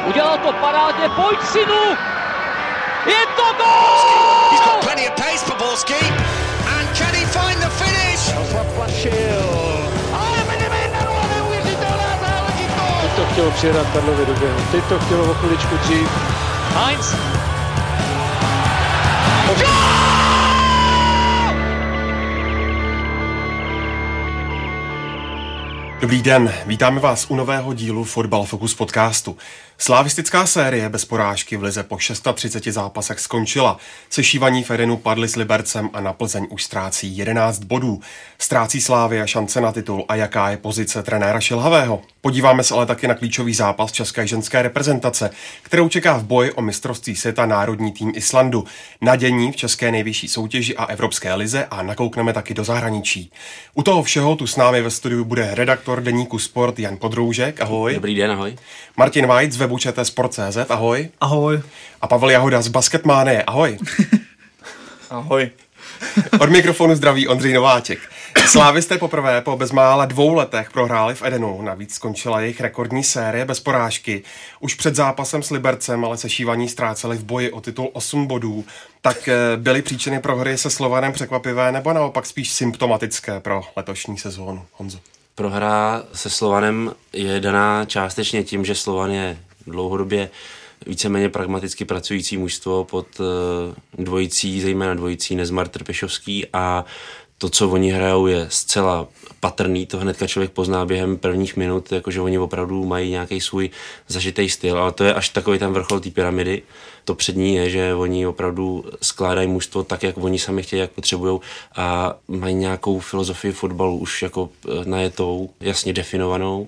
Udělal to parádně, pojď synu! Je to gól! He's got plenty of pace for Borski. And can he find the finish? Zaplašil. Ale vedeme 1-0, neuvěřitelná záležitost! Teď to chtělo přijedat Karlovi do běhu, teď to chtělo o chviličku dřív. Heinz! Dobrý den, vítáme vás u nového dílu Fotbal Focus podcastu. Slávistická série bez porážky v lize po 630 zápasech skončila. Sešívaní v Edenu padli s Libercem a na Plzeň už ztrácí 11 bodů. Ztrácí Slavia šance na titul a jaká je pozice trenéra Šilhavého. Podíváme se ale taky na klíčový zápas české ženské reprezentace, kterou čeká v boji o mistrovství světa národní tým Islandu, na dění v české nejvyšší soutěži a Evropské lize a nakoukneme taky do zahraničí. U toho všeho tu s námi ve studiu bude redaktor deníku Sport Jan Podroužek, ahoj. Dobrý den, ahoj. Martin Vajc z webu ČT-sport.cz, ahoj. Ahoj. A Pavel Jahoda z Basketmánie, ahoj. Ahoj. Od mikrofonu zdraví Ondřej Nováček. Slávisté poprvé po bezmála 2 letech prohráli v Edenu, navíc skončila jejich rekordní série bez porážky. Už před zápasem s Libercem ale sešívaní ztráceli v boji o titul 8 bodů. Tak byly příčiny prohry se Slovanem překvapivé nebo naopak spíš symptomatické pro letošní sezónu, Honzo? Prohra se Slovanem je daná částečně tím, že Slovan je dlouhodobě víceméně pragmaticky pracující mužstvo pod dvojicí, zejména dvojicí Nezmar Trpešovský, a to, co oni hrajou, je zcela patrný, to hnedka člověk pozná během prvních minut, jakože oni opravdu mají nějaký svůj zažitý styl, ale to je až takový ten vrchol té pyramidy. To přední je, že oni opravdu skládají mužstvo tak, jak oni sami chtějí, jak potřebujou, a mají nějakou filozofii fotbalu už jako najetou, jasně definovanou,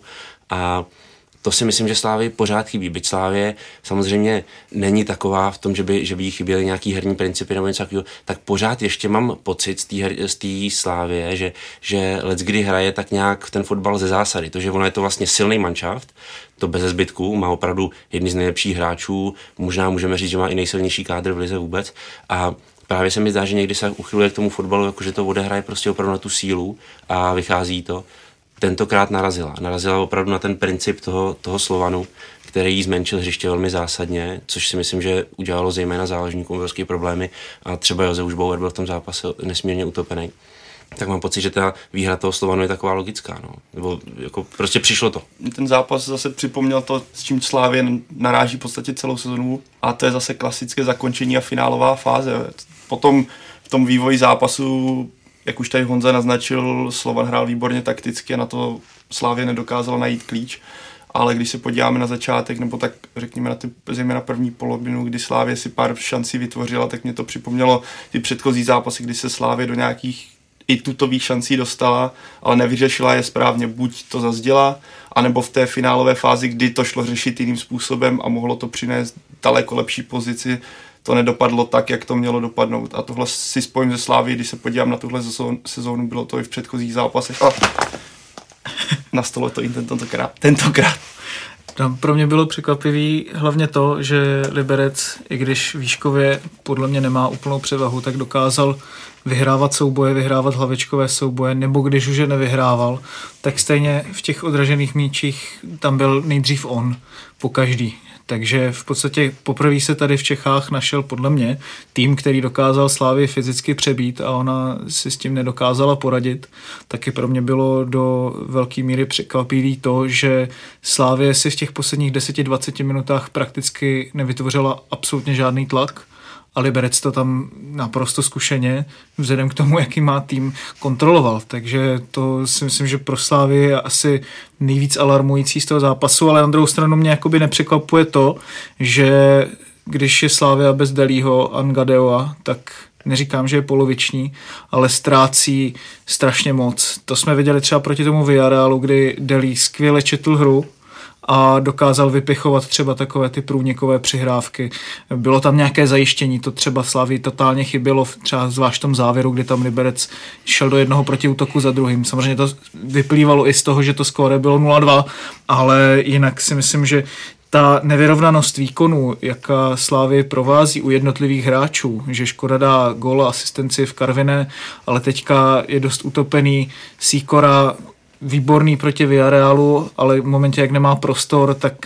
a to si myslím, že Slávii pořád chybí. Byť Slávie samozřejmě není taková v tom, že by jí chyběly nějaký herní principy nebo něco takového, tak pořád ještě mám pocit z té Slávie, že leckdy hraje tak nějak ten fotbal ze zásady. To, že ono je to vlastně silný manšaft, to bez zbytku, má opravdu jedny z nejlepších hráčů, možná můžeme říct, že má i nejsilnější kádr v lize vůbec, a právě se mi zdá, že někdy se uchyluje k tomu fotbalu, jakože to odehraje prostě opravdu na tu sílu a vychází to. Tentokrát narazila opravdu na ten princip toho Slovanu, který jí zmenšil hřiště velmi zásadně, což si myslím, že udělalo zejména záložníkům velké problémy, a třeba Josef Bauer byl v tom zápase nesmírně utopený. Tak mám pocit, že ta výhra toho Slovanu je taková logická, no. Nebo jako prostě přišlo to. Ten zápas zase připomněl to, s čím Slavie naráží v podstatě celou sezonu, a to je zase klasické zakončení a finálová fáze. Potom v tom vývoji zápasu, jak už tady Honza naznačil, Slovan hrál výborně takticky a na to Slavie nedokázala najít klíč. Ale když se podíváme na začátek, nebo tak řekněme na zejména první polovinu, kdy Slavie si pár šancí vytvořila, tak mě to připomnělo ty předchozí zápasy, kdy se Slavie do nějakých i tutových šancí dostala, ale nevyřešila je správně. Buď to zazděla, anebo v té finálové fázi, kdy to šlo řešit jiným způsobem a mohlo to přinést daleko lepší pozici, to nedopadlo tak, jak to mělo dopadnout. A tohle si spojím ze Slavií, když se podívám na tuhle sezónu, bylo to i v předchozích zápasech. A nastalo to i tentokrát. Pro mě bylo překvapivý hlavně to, že Liberec, i když výškově podle mě nemá úplnou převahu, tak dokázal vyhrávat souboje, vyhrávat hlavičkové souboje, nebo když už je nevyhrával, tak stejně v těch odražených míčích tam byl nejdřív on, po každý. Takže v podstatě poprvé se tady v Čechách našel podle mě tým, který dokázal Slavii fyzicky přebít a ona si s tím nedokázala poradit. Taky pro mě bylo do velké míry překvapivý to, že Slavie si v těch posledních 10-20 minutách prakticky nevytvořila absolutně žádný tlak. A Liberec to tam naprosto zkušeně, vzhledem k tomu, jaký má tým, kontroloval. Takže to si myslím, že pro Slávy je asi nejvíc alarmující z toho zápasu, ale na druhou stranu mě jakoby nepřekvapuje to, že když je Slavia bez Delího a Ngadeoa, tak neříkám, že je poloviční, ale ztrácí strašně moc. To jsme viděli třeba proti tomu Villarealu, kdy Delí skvěle četl hru a dokázal vypichovat třeba takové ty průnikové přihrávky. Bylo tam nějaké zajištění, to třeba Slavii totálně chybělo, třeba zvlášť v tom závěru, kdy tam Liberec šel do jednoho protiútoku za druhým. Samozřejmě to vyplývalo i z toho, že to skóre bylo 0-2, ale jinak si myslím, že ta nevyrovnanost výkonů, jaká Slavii provází u jednotlivých hráčů, že Škoda dá gól a asistenci v Karviné, ale teďka je dost utopený, Sýkora výborný proti Villarealu, ale v momentě, jak nemá prostor, tak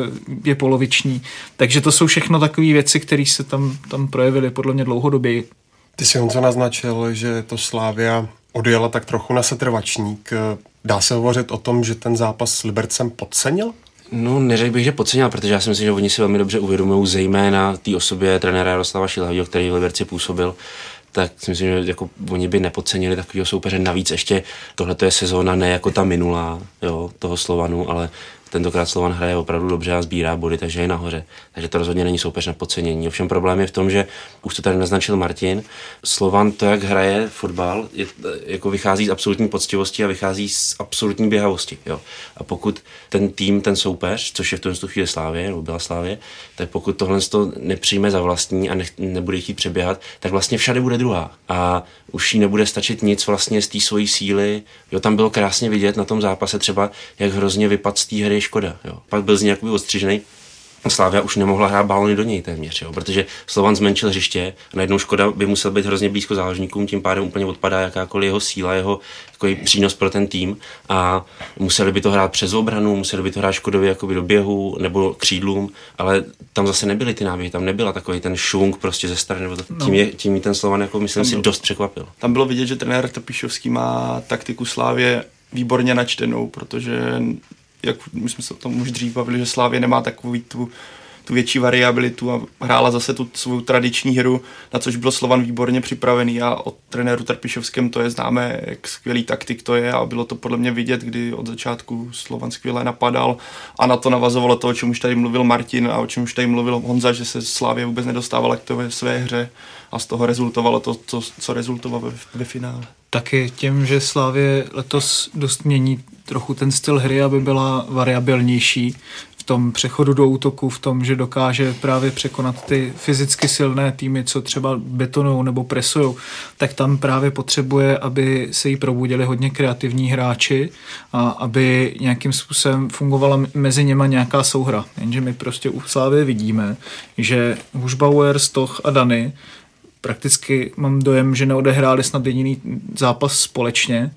je poloviční. Takže to jsou všechno takové věci, které se tam projevily podle mě dlouhodobě. Ty si, Honzo, naznačil, že to Slavia odjela tak trochu na setrvačník. Dá se hovořit o tom, že ten zápas s Libercem podcenil? No, neřekl bych, že podcenil, protože já si myslím, že oni si velmi dobře uvědomují, zejména té osobě trenéra Jaroslava Šilhavýho, který v Liberci působil, tak si myslím, že jako oni by nepodcenili takového soupeře. Navíc ještě tohleto je sezóna ne jako ta minulá, jo, toho Slovanu, ale tentokrát Slovan hraje opravdu dobře a sbírá body, takže je nahoře. Takže to rozhodně není soupeř na podcenění. Ovšem problém je v tom, že už to tady naznačil Martin, Slovan to, jak hraje fotbal, jako vychází z absolutní poctivosti a vychází z absolutní běhavosti. Jo. A pokud ten tým, ten soupeř, což je v tom chvíli Slavie, nebo byla Slavie, tak pokud tohle to nepřijme za vlastní a nebude chtít přeběhat, tak vlastně všade bude druhá. A už jí nebude stačit nic vlastně z té svojí síly. Jo, tam bylo krásně vidět na tom zápase třeba, jak hrozně vypad z té hry Škoda. Jo. Pak byl z něj jakoby odstřižený. Slavia už nemohla hrát balony do něj téměř, jo, protože Slovan zmenšil hřiště a najednou Škoda by musel být hrozně blízko záložníkům, tím pádem úplně odpadá jakákoliv jeho síla, jeho přínos pro ten tým a museli by to hrát přes obranu, museli by to hrát Škodovi jakoby do běhu nebo křídlům, ale tam zase nebyly ty náběhy, tam nebyla takový ten šunk prostě ze strany, nebo tím ten Slovan jako myslím si dost překvapil. Tam bylo vidět, že trenér Trpišovský má taktiku Slávie výborně načtenou, protože jak my jsme se o tom už dřív bavili, že Slavie nemá takovou tu větší variabilitu a hrála zase tu svou tradiční hru, na což byl Slovan výborně připravený a od trenéru Trpišovském to je známé, jak skvělý taktik to je a bylo to podle mě vidět, kdy od začátku Slovan skvěle napadal a na to navazovalo to, o čem už tady mluvil Martin a o čem už tady mluvil Honza, že se Slavie vůbec nedostávala k té své hře a z toho rezultovalo to, co rezultovalo ve finále. Taky tím, že Slavie letos dost mění trochu ten styl hry, aby byla variabilnější v tom přechodu do útoku, v tom, že dokáže právě překonat ty fyzicky silné týmy, co třeba betonujou nebo presujou, tak tam právě potřebuje, aby se jí probudili hodně kreativní hráči a aby nějakým způsobem fungovala mezi něma nějaká souhra. Jenže my prostě u Slavie vidíme, že Hušbauer, Stoch a Dany prakticky mám dojem, že neodehráli snad jediný zápas společně,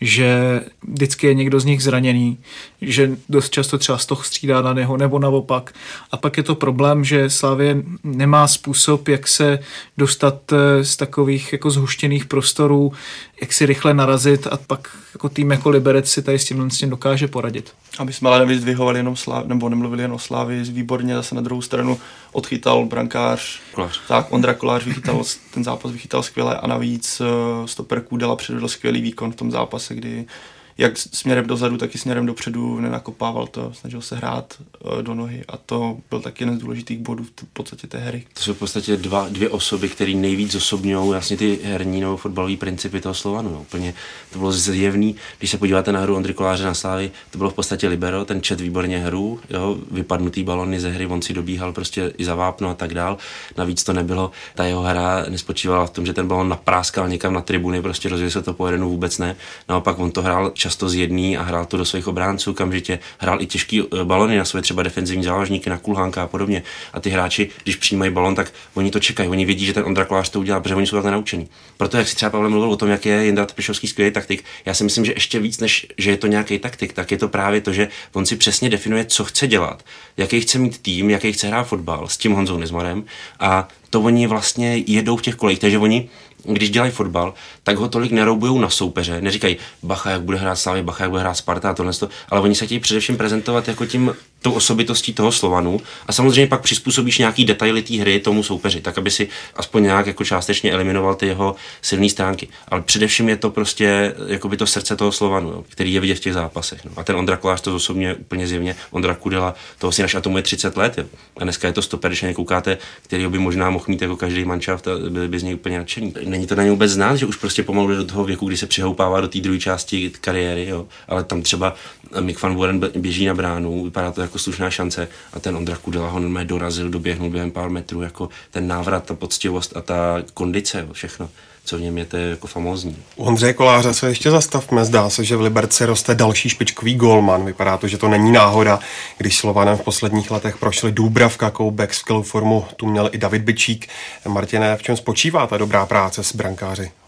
že vždycky je někdo z nich zraněný, že dost často třeba Stoch střídá na něho nebo naopak. A pak je to problém, že Slavie nemá způsob, jak se dostat z takových jako zhuštěných prostorů, jak si rychle narazit a pak jako tým jako Liberec si tady s tím dokáže poradit. Aby jsme ale nevyzdvihovali jenom nebo nemluvili jen o Slavii, výborně zase na druhou stranu odchytal brankář. Kolář. Tak, Ondra Kolář ten zápas vychytal skvěle a navíc stoper Kůdela předvedl skvělý výkon v tom zápase, kdy jak směrem dozadu, tak i směrem dopředu nenakopával to, snažil se hrát do nohy a to byl taky jeden z důležitých bodů v podstatě té hry. To jsou v podstatě dvě osoby, které nejvíc osobňují vlastně ty herní nebo fotbalové principy toho Slovanu. No. Úplně to bylo zjevný, když se podíváte na hru Ondry Koláře na Slávii, to bylo v podstatě libero, ten čet výborně hru, jo, vypadnutý balony ze hry, on si dobíhal prostě i za vápno a tak dál. Navíc to nebylo, ta jeho hra nespočívala v tom, že ten balon napráskal někam na tribuny, prostě rozvěsil to po jednu, vůbec ne. Naopak on to hrál často z jedný a hrál to do svých obránců, kamžitě hrál i těžký balony na své třeba defenzivní záložníky, na Kulhánka a podobně. A ty hráči, když přijímají balon, tak oni to čekají, oni vědí, že ten Ondra Kolář to udělá, protože oni jsou takhle naučení. Proto, jak si třeba Pavel mluvil o tom, jak je Jindra Trpišovský skvělý taktik, já si myslím, že ještě víc, než že je to nějaký taktik, tak je to právě to, že on si přesně definuje, co chce dělat, jaký chce mít tým, jaký chce hrát fotbal s tím Honzou Nezmarem a to oni vlastně jedou v těch kolejích, takže oni když dělají fotbal, tak ho tolik neroubujou na soupeře, neříkají bacha, jak bude hrát Slavia, bacha, jak bude hrát Sparta a tohle, ale oni se chtějí především prezentovat jako tou osobitostí toho Slovanu a samozřejmě pak přizpůsobíš nějaký detaily té hry tomu soupeři, tak aby si aspoň nějak jako částečně eliminoval ty jeho silné stránky. Ale především je to prostě jakoby to srdce toho Slovanu, jo, který je vidět v těch zápasech. No. A ten Ondra Kolář to osobně úplně zjevně, Ondra Kudela, toho si a tomu je 30 let. Jo. A dneska je to stoper, když koukáte, kterýho by možná mohl mít jako každý manšaft a byli by z něj úplně nadšení. Není to na něj vůbec znát, že už prostě pomalu do toho věku, kdy se přihoupává do té druhé části kariéry, jo. Ale tam třeba Mick van Buren běží na bránu, vypadá to jako slušná šance a ten Ondra Kudela ho normálně dorazil, doběhnul během pár metrů, jako ten návrat, ta poctivost a ta kondice, jo, všechno, co v něm je, to je jako famózní. U Ondřeje Koláře se ještě zastavme, zdá se, že v Liberci roste další špičkový gólman, vypadá to, že to není náhoda, když Slovanem v posledních letech prošli Dúbravka, Koubek, skvělou formu tu měl i David Byčík. Martine, v čem spočívá ta dobrá práce s brankáři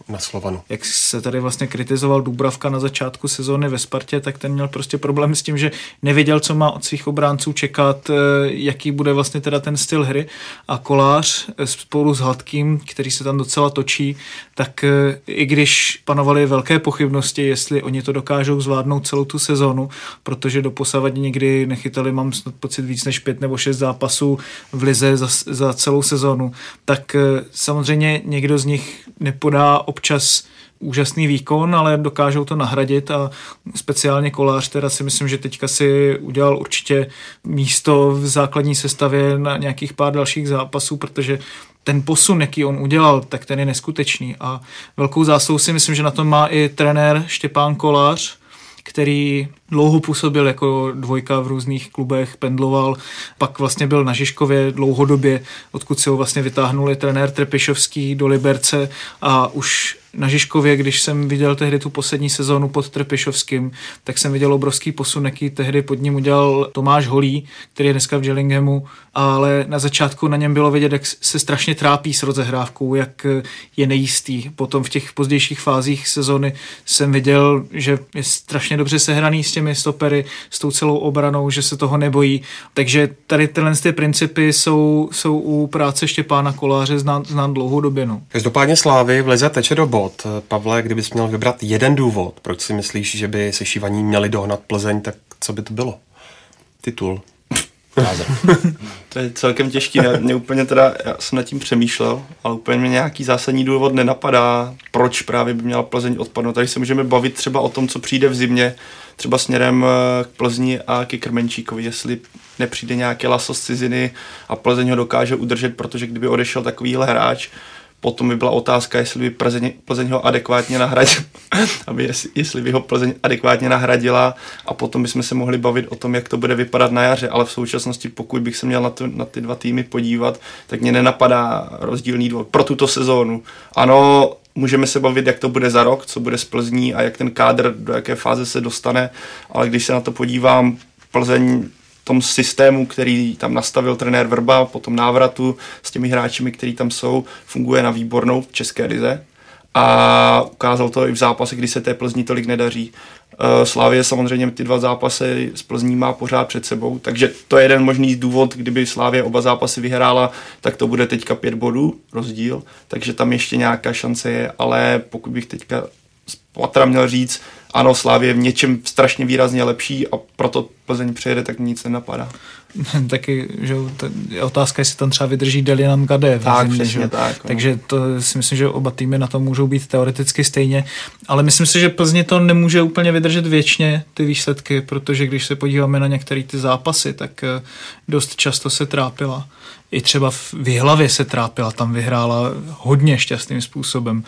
na Slovanu. Jak se tady vlastně kritizoval Dubravka na začátku sezóny ve Spartě, tak ten měl prostě problém s tím, že nevěděl, co má od svých obránců čekat, jaký bude vlastně teda ten styl hry, a Kolář spolu s Hladkým, který se tam docela točí, tak i když panovaly velké pochybnosti, jestli oni to dokážou zvládnout celou tu sezónu, protože doposavad nikdy nechytali, mám snad pocit, víc než 5 nebo 6 zápasů v lize za celou sezónu, tak samozřejmě někdo z nich nepodá občas úžasný výkon, ale dokážou to nahradit, a speciálně Kolář teda si myslím, že teďka si udělal určitě místo v základní sestavě na nějakých pár dalších zápasů, protože ten posun, jaký on udělal, tak ten je neskutečný, a velkou zásluhu si myslím, že na tom má i trenér Štěpán Kolář, který dlouho působil jako dvojka v různých klubech, pendloval, pak vlastně byl na Žižkově dlouhodobě, odkud se ho vlastně vytáhnuli trenér Trpišovský do Liberce, a už na Žižkově, když jsem viděl tehdy tu poslední sezónu pod Trpišovským, tak jsem viděl obrovský posun, jaký tehdy pod ním udělal Tomáš Holý, který je dneska v Gillinghamu, ale na začátku na něm bylo vidět, jak se strašně trápí s rozehrávkou, jak je nejistý. Potom v těch pozdějších fázích sezóny jsem viděl, že je strašně dobře sehraný s těmi stopery, s tou celou obranou, že se toho nebojí. Takže tady tyhle principy jsou u práce Štěpána Koláře znát dlouhodobě. No. Každopádně Slávy v lize teče do bod. Pavle, kdybys měl vybrat jeden důvod, proč si myslíš, že by sešívaní měli dohnat Plzeň, tak co by to bylo? Titul. To je celkem těžký, mě úplně teda, já jsem nad tím přemýšlel, ale úplně mě nějaký zásadní důvod nenapadá, proč právě by měla Plzeň odpadnout. Tady se můžeme bavit třeba o tom, co přijde v zimě, třeba směrem k Plzni a ke Krmenčíkovi, jestli nepřijde nějaké laso z ciziny a Plzeň ho dokáže udržet, protože kdyby odešel takovýhle hráč, potom by byla otázka, jestli by Plzeň ho adekvátně nahradila, jestli by ho Plzeň adekvátně nahradila, a potom bychom se mohli bavit o tom, jak to bude vypadat na jaře, ale v současnosti, pokud bych se měl na ty dva týmy podívat, tak mě nenapadá rozdílný důvod pro tuto sezónu. Ano, můžeme se bavit, jak to bude za rok, co bude s Plzní a jak ten kádr, do jaké fáze se dostane, ale když se na to podívám, Plzeň tom systému, který tam nastavil trenér Vrba, po tom návratu s těmi hráči, kteří tam jsou, funguje na výbornou v české lize, a ukázal to i v zápasech, kdy se té Plzni tolik nedaří. Slavie samozřejmě ty 2 zápasy s Plzní má pořád před sebou, takže to je jeden možný důvod, kdyby Slavie oba zápasy vyhrála, tak to bude teďka 5 bodů rozdíl, takže tam ještě nějaká šance je, ale pokud bych teďka z patra měl říct, ano, Slavie je v něčem strašně výrazně lepší a proto Plzeň přijede, tak nic nenapadá. Taky, že otázka, jestli tam třeba vydrží Delian Gade. Tak, přesně tak. Takže to si myslím, že oba týmy na to můžou být teoreticky stejně, ale myslím si, že Plzni to nemůže úplně vydržet věčně, ty výsledky, protože když se podíváme na některé ty zápasy, tak dost často se trápila. I třeba v Jihlavě se trápila, tam vyhrála hodně šťastným způsobem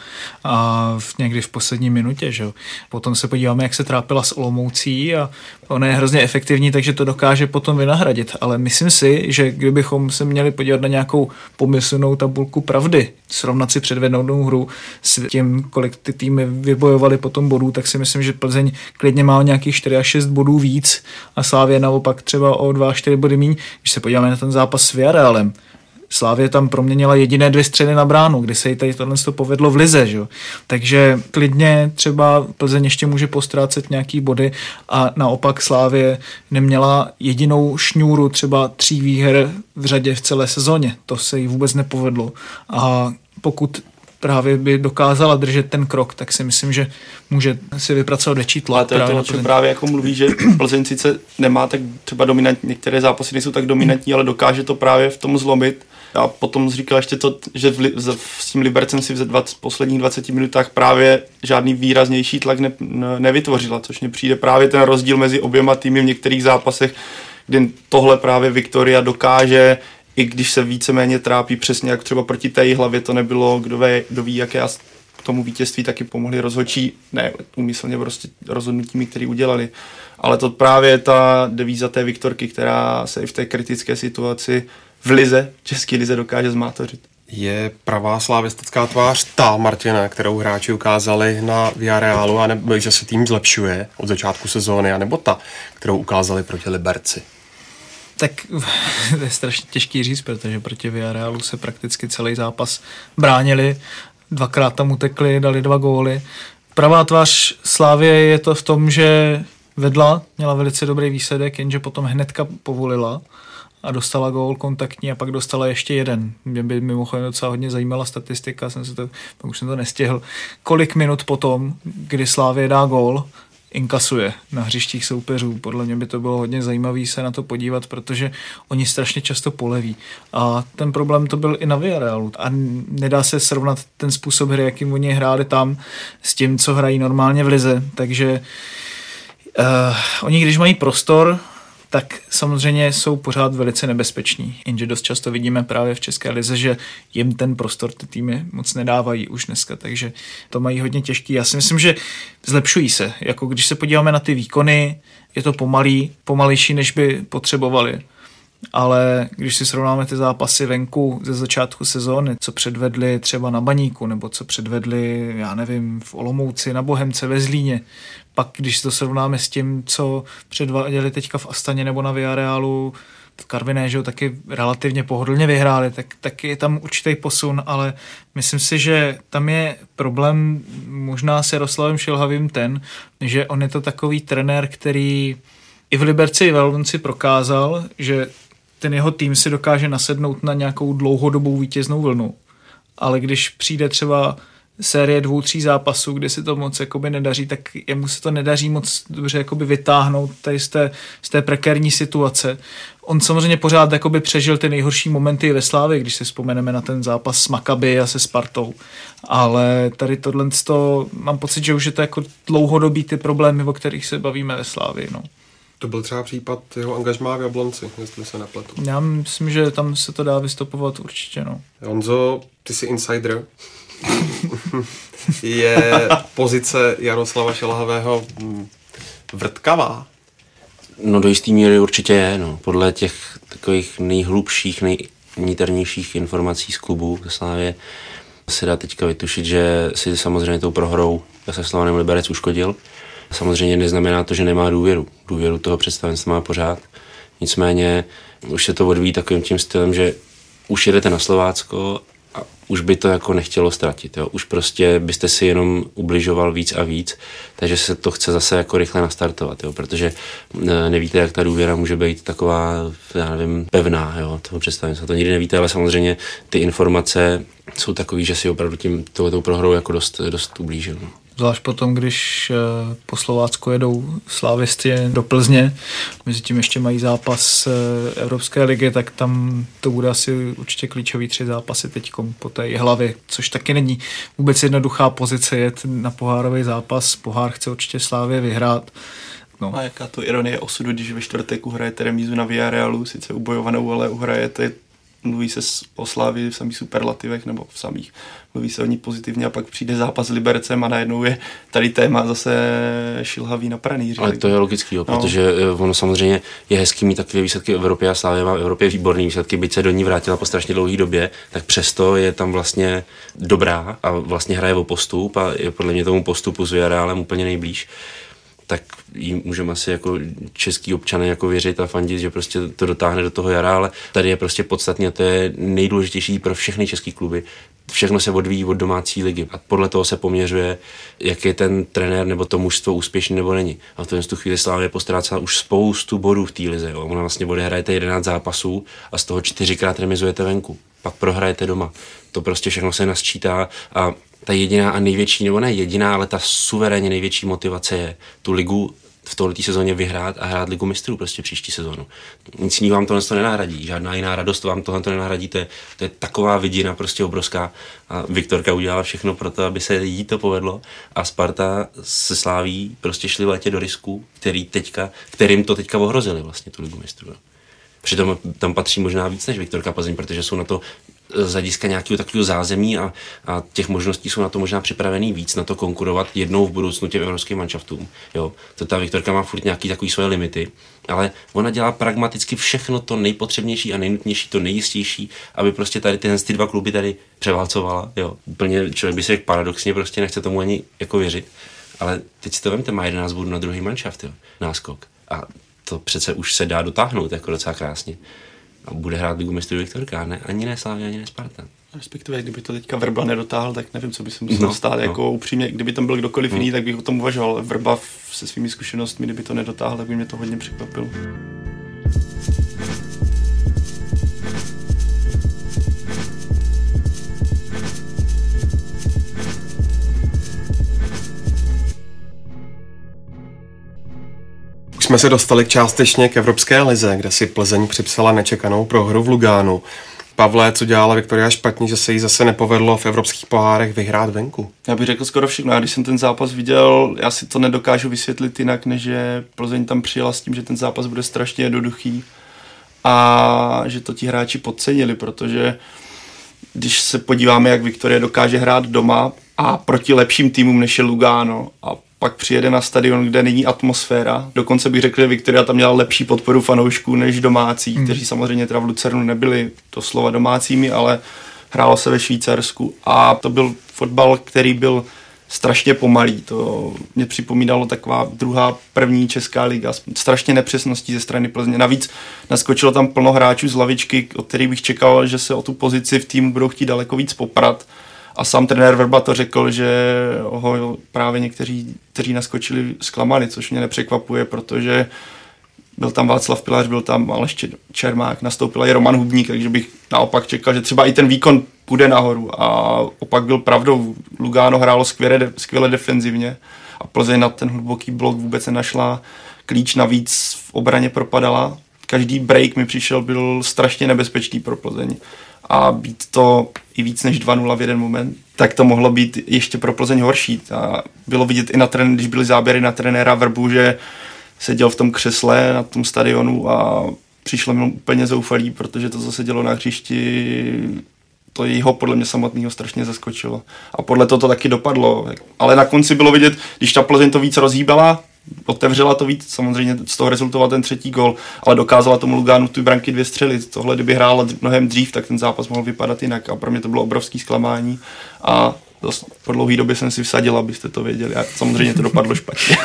a někdy v poslední minutě. Že? Potom se podíváme, jak se trápila s Olomoucí, a ona je hrozně efektivní, takže to dokáže potom vynahradit. Ale myslím si, že kdybychom se měli podívat na nějakou pomyslnou tabulku pravdy, srovnat si předvedenou hru s tím, kolik ty týmy vybojovaly potom bodů, tak si myslím, že Plzeň klidně má nějakých 4 až 6 bodů víc a Slavie naopak třeba o 2 až 4 body míň. Když se podíváme na ten zápas s Villarrealem, Slavie tam proměnila jediné 2 střely na bránu, kdy se jí tady tohle povedlo v lize. Že? Takže klidně třeba Plzeň ještě může postrácet nějaký body a naopak Slavie neměla jedinou šňůru třeba 3 výher v řadě v celé sezóně. To se jí vůbec nepovedlo. A pokud právě by dokázala držet ten krok, tak si myslím, že může si vypracovat větší tlak. Ale to je to, o čem právě jako mluví, že Plzeň sice nemá tak třeba dominantní, některé zápasy nejsou tak dominantní, ale dokáže to právě v tom zlomit. A potom říkal ještě to, že s tím Libercem si v posledních 20 minutách právě žádný výraznější tlak nevytvořila, což mně přijde právě ten rozdíl mezi oběma týmy v některých zápasech, kdy tohle právě Viktoria dokáže, i když se víceméně trápí, přesně jak třeba proti té Jihlavě to nebylo, kdo ví, jaké k tomu vítězství taky pomohli rozhodčí, ne úmyslně prostě rozhodnutími, které udělali. Ale to právě ta devíza té Viktorky, která se i v té kritické situaci v lize, české lize dokáže zmátořit. Je pravá slavistická tvář ta, Martina, kterou hráči ukázali na Villarrealu, anebo že se tým zlepšuje od začátku sezóny, anebo ta, kterou ukázali proti Liberci? Tak to je strašně těžký říct, protože proti Villarrealu se prakticky celý zápas bránili. dvakrát tam utekli, dali 2 góly. Pravá tvář Slávie je to v tom, že vedla, měla velice dobrý výsledek, jenže potom hnedka povolila a dostala gól kontaktní a pak dostala ještě jeden. Mě by mimochodem docela hodně zajímala statistika, už jsem to nestihl. Kolik minut potom, kdy Slávie dá gól, inkasuje na hřištích soupeřů. Podle mě by to bylo hodně zajímavé se na to podívat, protože oni strašně často poleví. A ten problém to byl i na Villarealu. A nedá se srovnat ten způsob hry, jakým oni hráli tam, s tím, co hrají normálně v lize. Takže oni, když mají prostor, tak samozřejmě jsou pořád velice nebezpeční. Jenže dost často vidíme právě v České lize, že jim ten prostor ty týmy moc nedávají už dneska, takže to mají hodně těžký. Já si myslím, že zlepšují se. Jako když se podíváme na ty výkony, je to pomalejší, než by potřebovali. Ale když si srovnáme ty zápasy venku ze začátku sezóny, co předvedli třeba na Baníku, nebo co předvedli, já nevím, v Olomouci, na Bohemce, ve Zlíně, pak když to srovnáme s tím, co předváděli teďka v Astaně nebo na Villarealu, v Karviné, že jo, taky relativně pohodlně vyhráli, tak je tam určitý posun, ale myslím si, že tam je problém možná s Jaroslavem Šilhavým ten, že on je to takový trenér, který i v Liberci i v Jablonci prokázal, že ten jeho tým si dokáže nasednout na nějakou dlouhodobou vítěznou vlnu. Ale když přijde třeba série 2-3 zápasů, kde si to moc jakoby nedaří, tak jemu se to nedaří moc dobře jakoby vytáhnout tady z té prekérní situace. On samozřejmě pořád jakoby přežil ty nejhorší momenty ve Slávii, když si vzpomeneme na ten zápas s Maccabi a se Spartou. Ale tady tohle mám pocit, že už je to jako dlouhodobý ty problémy, o kterých se bavíme ve Slávii. No. To byl třeba případ jeho angažmá v Jablonci, jestli se nepletu. Já myslím, že tam se to dá vystopovat určitě. No. Honzo, ty jsi insider. Je pozice Jaroslava Šilhavého vrtkavá? No do jistý míry určitě je. No. Podle těch takových nejhlubších, nejniternějších informací z klubu ze Slávie se dá teďka vytušit, že si samozřejmě tou prohrou se Slovanem Liberec uškodil. Samozřejmě neznamená to, že nemá důvěru. Důvěru toho představenstva má pořád. Nicméně už se to odvíjí takovým tím stylem, že už jedete na Slovácko a už by to jako nechtělo ztratit. Jo. Už prostě byste si jenom ubližoval víc a víc, takže se to chce zase jako rychle nastartovat, jo, protože nevíte, jak ta důvěra může být taková, já nevím, pevná, jo, toho představenstva. To nikdy nevíte, ale samozřejmě ty informace jsou takový, že si opravdu tou prohrou jako dost ublížil. No. Zvlášť potom, když po Slovácku jedou slávisti do Plzně, mezi tím ještě mají zápas Evropské ligy, tak tam to bude asi určitě klíčový 3 zápasy teďkom po té hlavě, což taky není vůbec jednoduchá pozice jet na pohárový zápas. Pohár chce určitě Slávě vyhrát. No. A jaká to ironie osudu, když ve čtvrtek uhrajete remízu na Villarealu, sice ubojovanou, ale uhrajete, mluví se o Slávii v samých superlativech nebo v samých, mluví se o ní pozitivně a pak přijde zápas s Libercem a najednou je tady téma zase Šilhavý na pranýři. Ale to je logický, jo, protože ono samozřejmě je hezký mít takové výsledky v Evropě a Slávia má v Evropě výborný výsledky, byť se do ní vrátila po strašně dlouhé době, tak přesto je tam vlastně dobrá a vlastně hraje o postup a je podle mě tomu postupu s Villarrealem úplně nejblíž. Tak jim můžeme asi jako český občané jako věřit a fandit, že prostě to dotáhne do toho jara, ale tady je prostě podstatně, to je nejdůležitější pro všechny český kluby. Všechno se odvíjí od domácí ligy a podle toho se poměřuje, jak je ten trenér nebo to mužstvo úspěšný nebo není. A v tu chvíli Slávě postrácela už spoustu bodů v té lize. Jo. Ona vlastně odehrajete 11 zápasů a z toho 4krát remizujete venku. Pak prohrajete doma. To prostě všechno se nasčítá a ta jediná a největší, nebo ne jediná, ale ta suverénně největší motivace je tu ligu v tohletý sezóně vyhrát a hrát ligu mistrů prostě příští sezónu. Nic jiného vám tohle nenahradí, žádná jiná radost vám tohle nenahradí, to je taková vidina prostě obrovská a Viktorka udělala všechno pro to, aby se jí to povedlo a Sparta se Sláví prostě šli v létě do risku, kterým to teďka ohrozili vlastně tu ligu mistrů. Přitom tam patří možná víc než Viktorka Plzeň, protože jsou na to z hlediska nějakého takového zázemí a těch možností jsou na to možná připravený víc na to konkurovat jednou v budoucnu těm evropským manšaftům. Jo, to ta Viktorka má furt nějaký takový svoje limity, ale ona dělá pragmaticky všechno to nejpotřebnější a nejnutnější, to nejistější, aby prostě tady ty 2 kluby tady převálcovala. Jo, úplně člověk by si řekl paradoxně, prostě nechce tomu ani jako věřit, ale teď si to vemte, má 11 bodů na druhý manšaft, jo, náskok. A to přece už se dá dotáhnout jako docela krásně. A bude hrát ligu mistrů Viktorka, ne? Ani ne Slavia, ani ne Sparta. Respektive, kdyby to teďka Vrba nedotáhl, tak nevím, co by se muselo stát. Jako upřímně, kdyby tam byl kdokoliv jiný, tak bych o tom uvažoval. Vrba se svými zkušenostmi, kdyby to nedotáhl, tak by mě to hodně překvapilo. Už jsme se dostali částečně k Evropské lize, kde si Plzeň připsala nečekanou prohru v Lugánu. Pavle, co dělala Viktoria špatně, že se jí zase nepovedlo v evropských pohárech vyhrát venku? Já bych řekl skoro všechno. Já když jsem ten zápas viděl, já si to nedokážu vysvětlit jinak, než že Plzeň tam přijela s tím, že ten zápas bude strašně jednoduchý a že to ti hráči podcenili, protože když se podíváme, jak Viktoria dokáže hrát doma a proti lepším týmům, než je Lugano, a pak přijede na stadion, kde není atmosféra. Dokonce bych řekl, že Viktoria tam měla lepší podporu fanoušků než domácí, kteří samozřejmě teda v Lucernu nebyli to slova domácími, ale hrálo se ve Švýcarsku. A to byl fotbal, který byl strašně pomalý. To mě připomínalo taková první česká liga. Strašně nepřesností ze strany Plzně. Navíc naskočilo tam plno hráčů z lavičky, od kterých bych čekal, že se o tu pozici v týmu budou chtít daleko víc poprat. A sám trenér Vrba to řekl, že ho právě někteří, kteří naskočili, zklamali, což mě nepřekvapuje, protože byl tam Václav Pilař, byl tam Aleš Čermák, nastoupil i Roman Hubník, takže bych naopak čekal, že třeba i ten výkon půjde nahoru. A opak byl pravdou. Lugano hrálo skvěle defenzivně a Plzeň na ten hluboký blok vůbec nenašla klíč, navíc v obraně propadala. Každý break mi přišel, byl strašně nebezpečný pro Plzeň. A být to i víc než 2-0 v jeden moment, tak to mohlo být ještě pro Plzeň horší. A bylo vidět i když byly záběry na trenéra Vrbu, že seděl v tom křesle na tom stadionu a přišlo mi úplně zoufalý, protože to, co se dělo na hřišti, to jeho podle mě samotného strašně zaskočilo. A podle toho to taky dopadlo. Ale na konci bylo vidět, když ta Plzeň to víc rozhýbala, otevřela to víc, samozřejmě z toho rezultoval ten třetí gól, ale dokázala tomu Lugánu tu branky 2 střelit. Tohle, kdyby hrála mnohem dřív, tak ten zápas mohl vypadat jinak a pro mě to bylo obrovský zklamání a po dlouhé době jsem si vsadil, abyste to věděli. A samozřejmě to dopadlo špatně.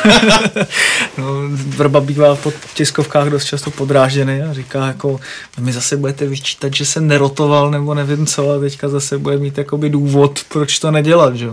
No, Vrba bývá po tiskovkách dost často podrážděný a říká, jako mi zase budete vyčítat, že se nerotoval nebo nevím co a teďka zase bude mít jakoby důvod, proč to nedělat. Že?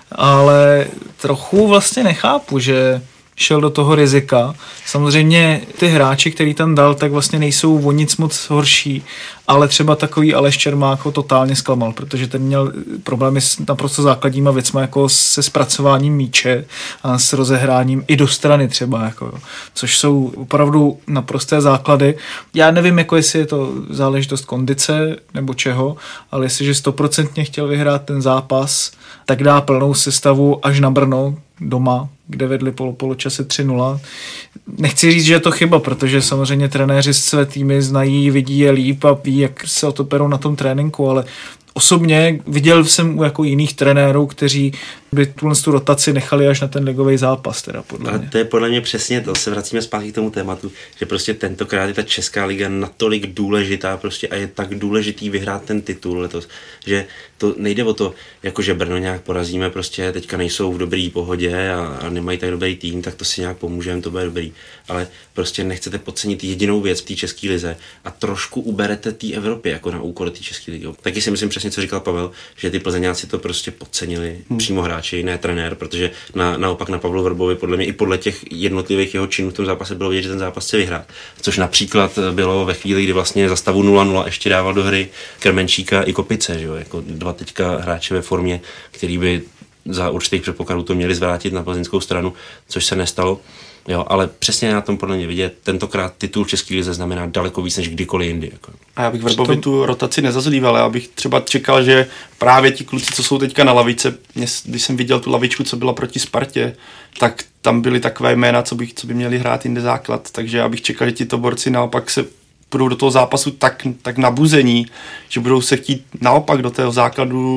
Ale trochu vlastně nechápu, že šel do toho rizika. Samozřejmě ty hráči, který tam dal, tak vlastně nejsou o nic moc horší, ale třeba takový Aleš Čermák ho totálně zklamal, protože ten měl problémy s naprosto základníma věcma, jako se zpracováním míče a s rozehráním i do strany třeba, jako, což jsou opravdu naprosté základy. Já nevím, jako jestli je to záležitost kondice nebo čeho, ale jestliže 100% chtěl vyhrát ten zápas, tak dá plnou sestavu až na Brno doma, kde vedli poločase 3-0. Nechci říct, že je to chyba, protože samozřejmě trenéři z své týmy znají, vidí je líp a ví, jak se o to perou na tom tréninku, ale osobně viděl jsem u jako jiných trenérů, kteří by tu rotaci nechali až na ten ligový zápas. Teda podle mě. A to je podle mě přesně to, se vracíme zpátky k tomu tématu, že prostě tentokrát je ta česká liga natolik důležitá prostě a je tak důležitý vyhrát ten titul letos, že to nejde o to, jako že Brno nějak porazíme, prostě teďka nejsou v dobrý pohodě a nemají tak dobrý tým, tak to si nějak pomůžeme, to bude dobrý. Ale prostě nechcete podcenit jedinou věc v té české lize a trošku uberete té Evropě jako na úkor té české ligy. Taky si myslím přesně, co říkal Pavel, že ty Plzeňáci to prostě podcenili přímo hráči, ne trenér, protože naopak na Pavlu Vrbovi podle mě i podle těch jednotlivých jeho činů v tom zápase bylo vidět, že ten zápas chce vyhrát. Což například bylo ve chvíli, kdy vlastně za stavu 0-0 ještě dával do hry Krmenčíka i Kopice, že jo? Jako 2 teďka hráči ve formě, který by za určitých předpokladů to měli zvrátit na plzeňskou stranu, což se nestalo. Jo, ale přesně na tom podle mě vidět, tentokrát titul v české lize znamená daleko víc než kdykoliv jindy. Jako. A já bych Vrbovi tu rotaci nezazlíval, já bych třeba čekal, že právě ti kluci, co jsou teďka na lavice, když jsem viděl tu lavičku, co byla proti Spartě, tak tam byly takové jména, co by měli hrát jinde základ, takže já bych čekal, že tito borci naopak se budou do toho zápasu tak nabuzení, že budou se chtít naopak do toho základu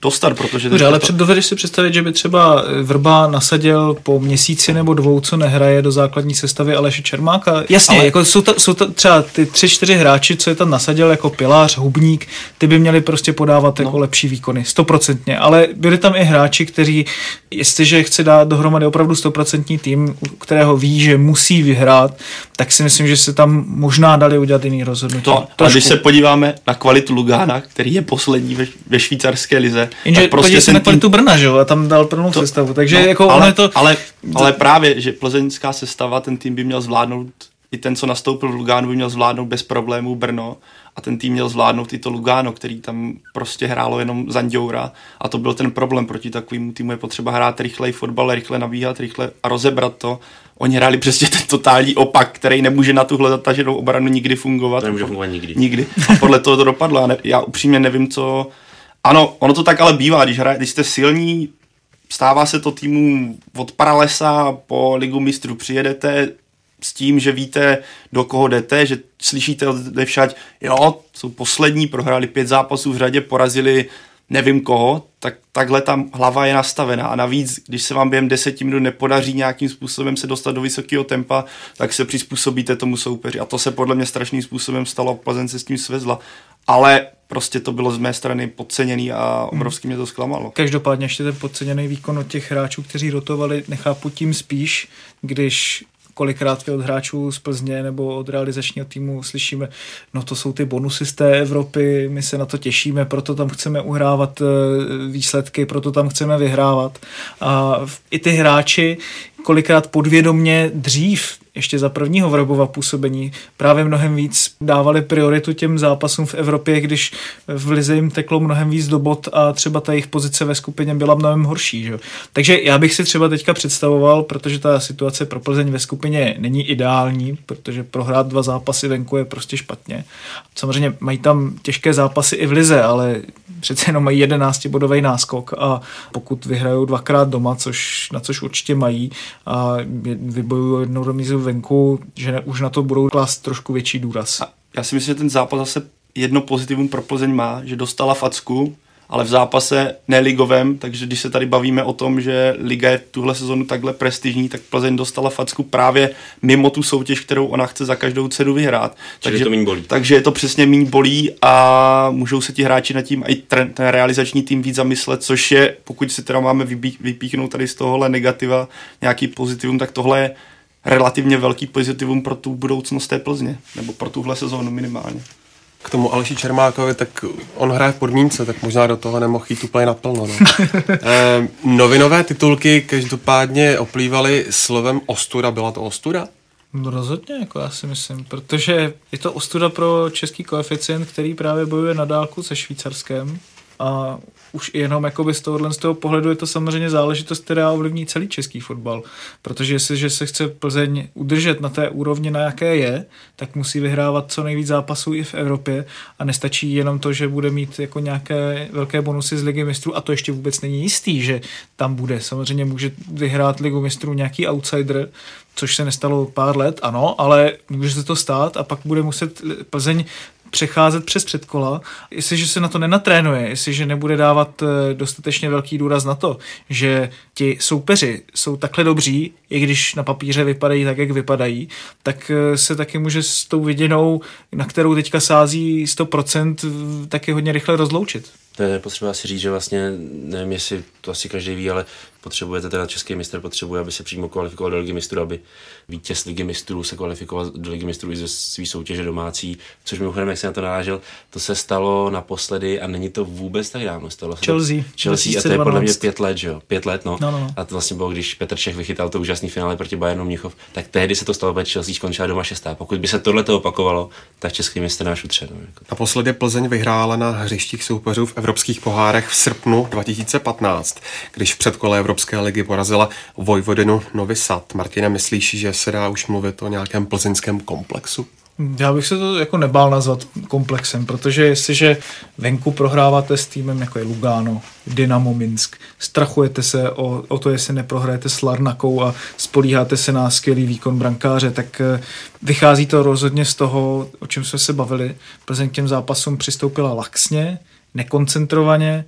dostat, protože... Dobře, ale dovedeš si představit, že by třeba Vrba nasadil po měsíci nebo 2, co nehraje do základní sestavy Aleše Čermáka? Jasně, ale... jako jsou to třeba ty 3-4 hráči, co je tam nasadil jako Pilář, Hubník, ty by měli prostě podávat jako lepší výkony, 100%, ale byli tam i hráči, kteří, jestliže chce dát dohromady opravdu 100% tým, kterého ví, že musí vyhrát, tak si myslím, že se tam možná dali udělat jiný rozhodnutí. A když se podíváme na kvalitu Lugána, který je poslední ve švýcarské lize, jenže prostě se na kvalitu Brna, že jo, a tam dal plnou sestavu, takže jako ale, je to... Ale právě, že plzeňská sestava, ten tým by měl zvládnout, i ten, co nastoupil v Lugánu, by měl zvládnout bez problémů Brno, a ten tým měl zvládnout i to Lugano, který tam prostě hrálo jenom Zanděura, a to byl ten problém. Proti takovému týmu je potřeba hrát rychlej fotbal, rychle nabíhat, rychle a rozebrat to. Oni hráli přesně ten totální opak, který nemůže na tuhle zataženou obranu nikdy fungovat. To nemůže fungovat nikdy. Nikdy. A podle toho to dopadlo. Já upřímně nevím, co... Ano, ono to tak ale bývá, když jste silní, stává se to týmu od Paralesa po Ligu mistrů, přijedete s tím, že víte, do koho jdete, že slyšíte odevšať, jo, jsou poslední, prohráli 5 zápasů v řadě, porazili nevím koho, tak takhle tam hlava je nastavená. A navíc, když se vám během 10 minut nepodaří nějakým způsobem se dostat do vysokého tempa, tak se přizpůsobíte tomu soupeři. A to se podle mě strašným způsobem stalo, Plzeň se s tím svezla. Ale prostě to bylo z mé strany podceněný a obrovsky mě to zklamalo. Každopádně ještě ten podceněný výkon od těch hráčů, kteří rotovali, nechápu tím spíš, když kolikrát od hráčů z Plzně nebo od realizačního týmu slyšíme, no to jsou ty bonusy z té Evropy, my se na to těšíme, proto tam chceme uhrávat výsledky, proto tam chceme vyhrávat. A i ty hráči kolikrát podvědomně dřív, ještě za prvního Vrbova působení, právě mnohem víc dávali prioritu těm zápasům v Evropě, když v lize jim teklo mnohem víc do bod a třeba ta jejich pozice ve skupině byla mnohem horší. Že? Takže já bych si třeba teďka představoval, protože ta situace pro Plzeň ve skupině není ideální, protože prohrát 2 zápasy venku je prostě špatně. Samozřejmě mají tam těžké zápasy i v lize, ale přece jenom mají 11bodový náskok a pokud vyhrajou 2krát doma, na což určitě mají, a vybojují jednou remízu venku, že už na to budou klást trošku větší důraz. A já si myslím, že ten zápas zase jedno pozitivum pro Plzeň má, že dostala facku, ale v zápase neligovém, takže když se tady bavíme o tom, že liga je tuhle sezonu takhle prestižní, tak Plzeň dostala facku právě mimo tu soutěž, kterou ona chce za každou cenu vyhrát. Takže to míň bolí. Takže je to přesně míň bolí a můžou se ti hráči nad tím a i ten realizační tým víc zamyslet, což je, pokud si teda máme vypíchnout tady z tohohle negativa nějaký pozitivum, tak tohle je relativně velký pozitivum pro tu budoucnost té Plzně, nebo pro tuhle sezónu minimálně. K tomu Aleši Čermákovi, tak on hraje v podmínce, tak možná do toho nemohl jít úplně naplno. No. Novinové titulky každopádně oplývaly slovem ostuda. Byla to ostuda? No rozhodně, jako já si myslím, protože je to ostuda pro český koeficient, který právě bojuje na dálku se Švýcarskem. A už jenom jakoby z toho pohledu je to samozřejmě záležitost, která ovlivní celý český fotbal. Protože jestliže se chce Plzeň udržet na té úrovni, na jaké je, tak musí vyhrávat co nejvíc zápasů i v Evropě a nestačí jenom to, že bude mít jako nějaké velké bonusy z Ligy mistrů a to ještě vůbec není jistý, že tam bude. Samozřejmě může vyhrát Ligu mistrů nějaký outsider, což se nestalo pár let, ano, ale může se to stát a pak bude muset Plzeň přecházet přes předkola, jestliže se na to nenatrénuje, jestliže nebude dávat dostatečně velký důraz na to, že ti soupeři jsou takhle dobří, i když na papíře vypadají tak, jak vypadají, tak se taky může s tou viděnou, na kterou teďka sází 100%, taky hodně rychle rozloučit. To je potřeba si říct, že vlastně, nevím, jestli to asi každý ví, ale potřebujete teda český mistr, potřebuje, aby se přímo kvalifikoval do Ligy mistrů, aby vítěz Ligy mistrů se kvalifikoval do Ligy mistrů i ze svý soutěže domácí, což mimochodem, jak se na to narážel, to se stalo naposledy a není to vůbec tak dávno. Stalo se Chelsea a to je podle mě 5 let, že jo? 5 let, no. A to vlastně bylo, když Petr Čech vychytal to úžasný finále proti Bayernu Mnichov, tak tehdy se to stalo, protože Chelsea skončila doma 6. Pokud by se tohleto opakovalo, tak český mistr náš utře. No, jako. Naposledy Plzeň vyhrála na hřištích soupeřů v evropských pohárech v srpnu 2015, když v předkole Evropské ligy porazila Vojvodinu Novi Sad. Martina, myslíš, že se dá už mluvit o nějakém plzeňském komplexu? Já bych se to jako nebál nazvat komplexem, protože jestliže venku prohráváte s týmem jako je Lugano, Dynamo Minsk, strachujete se o to, jestli neprohrajete s Larnakou a spolíháte se na skvělý výkon brankáře, tak vychází to rozhodně z toho, o čem jsme se bavili. Plzeň k těm zápasům přistoupila laxně, nekoncentrovaně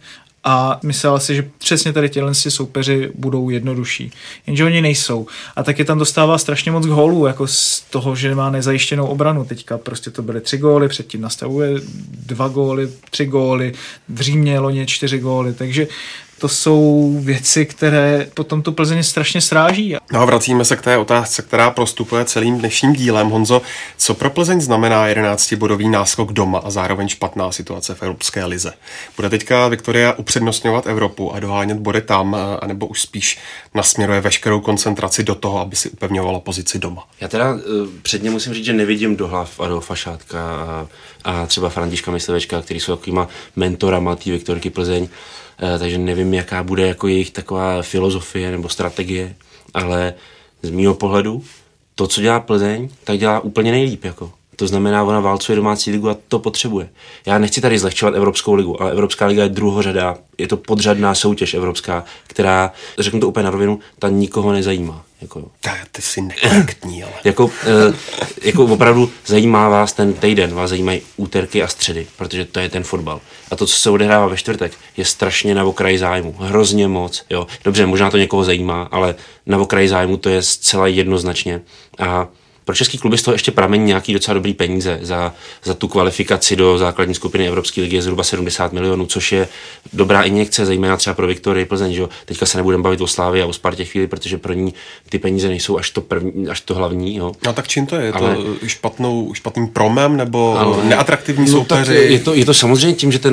a myslel si, že přesně tady těhle soupeři budou jednodušší. Jenže oni nejsou. A taky tam dostává strašně moc gólů, jako z toho, že má nezajištěnou obranu. Teďka prostě to byly 3 góly, předtím nastavuje 2 góly, 3 góly, v Římě loni 4 góly, takže to jsou věci, které potom tu Plzeň strašně sráží. No a vracíme se k té otázce, která prostupuje celým dnešním dílem. Honzo, co pro Plzeň znamená 11bodový náskok doma a zároveň špatná situace v Evropské lize? Bude teďka Viktoria upřednostňovat Evropu a dohánět body tam, anebo už spíš nasměruje veškerou koncentraci do toho, aby si upevňovala pozici doma? Já teda předně musím říct, že nevidím do hlav Adolfa Šátka a třeba Františka Myslivečka, který jsou takovýma mentorama té Viktorky Plzeň. Takže nevím, jaká bude jako jejich taková filozofie nebo strategie, ale z mýho pohledu to, co dělá Plzeň, tak dělá úplně nejlíp. Jako. To znamená, ona válcuje domácí ligu a to potřebuje. Já nechci tady zlehčovat Evropskou ligu, ale Evropská liga je druhořadá, je to podřadná soutěž evropská, která, řeknu to úplně na rovinu, ta nikoho nezajímá. Jako. Ty jsi nekorektní, ale... jako opravdu zajímá vás ten týden, vás zajímají úterky a středy, protože to je ten fotbal. A to, co se odehrává ve čtvrtek, je strašně na okraji zájmu. Hrozně moc. Jo. Dobře, možná to někoho zajímá, ale na okraji zájmu to je zcela jednoznačně. A pro český kluby z toho ještě pramení nějaký docela dobrý peníze za tu kvalifikaci do základní skupiny Evropské ligy je zhruba 70 milionů, což je dobrá injekce, zejména třeba pro Viktorii Plzeň, že jo. Teďka se nebudeme bavit o Slávii a o Spartě chvíli, protože pro ní ty peníze nejsou až to hlavní, jo. No tak čím to je? Ale... to špatným promem nebo neatraktivní soupeři? Je to samozřejmě tím, že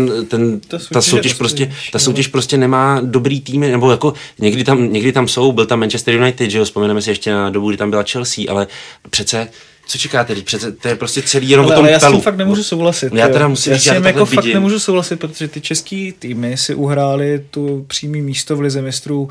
ta soutěž prostě nemá dobrý týmy, nebo jako někdy tam jsou, byl tam Manchester United, že jo, vzpomeneme si ještě na dobu, kdy tam byla Chelsea, ale přece, co čekáte? Přece to je prostě celý jenom o tom ale já s tím pelu. fakt nemůžu souhlasit. Já teda musím říct, jako fakt nemůžu souhlasit, protože ty český týmy si uhráli tu přímý místo v lize mistrů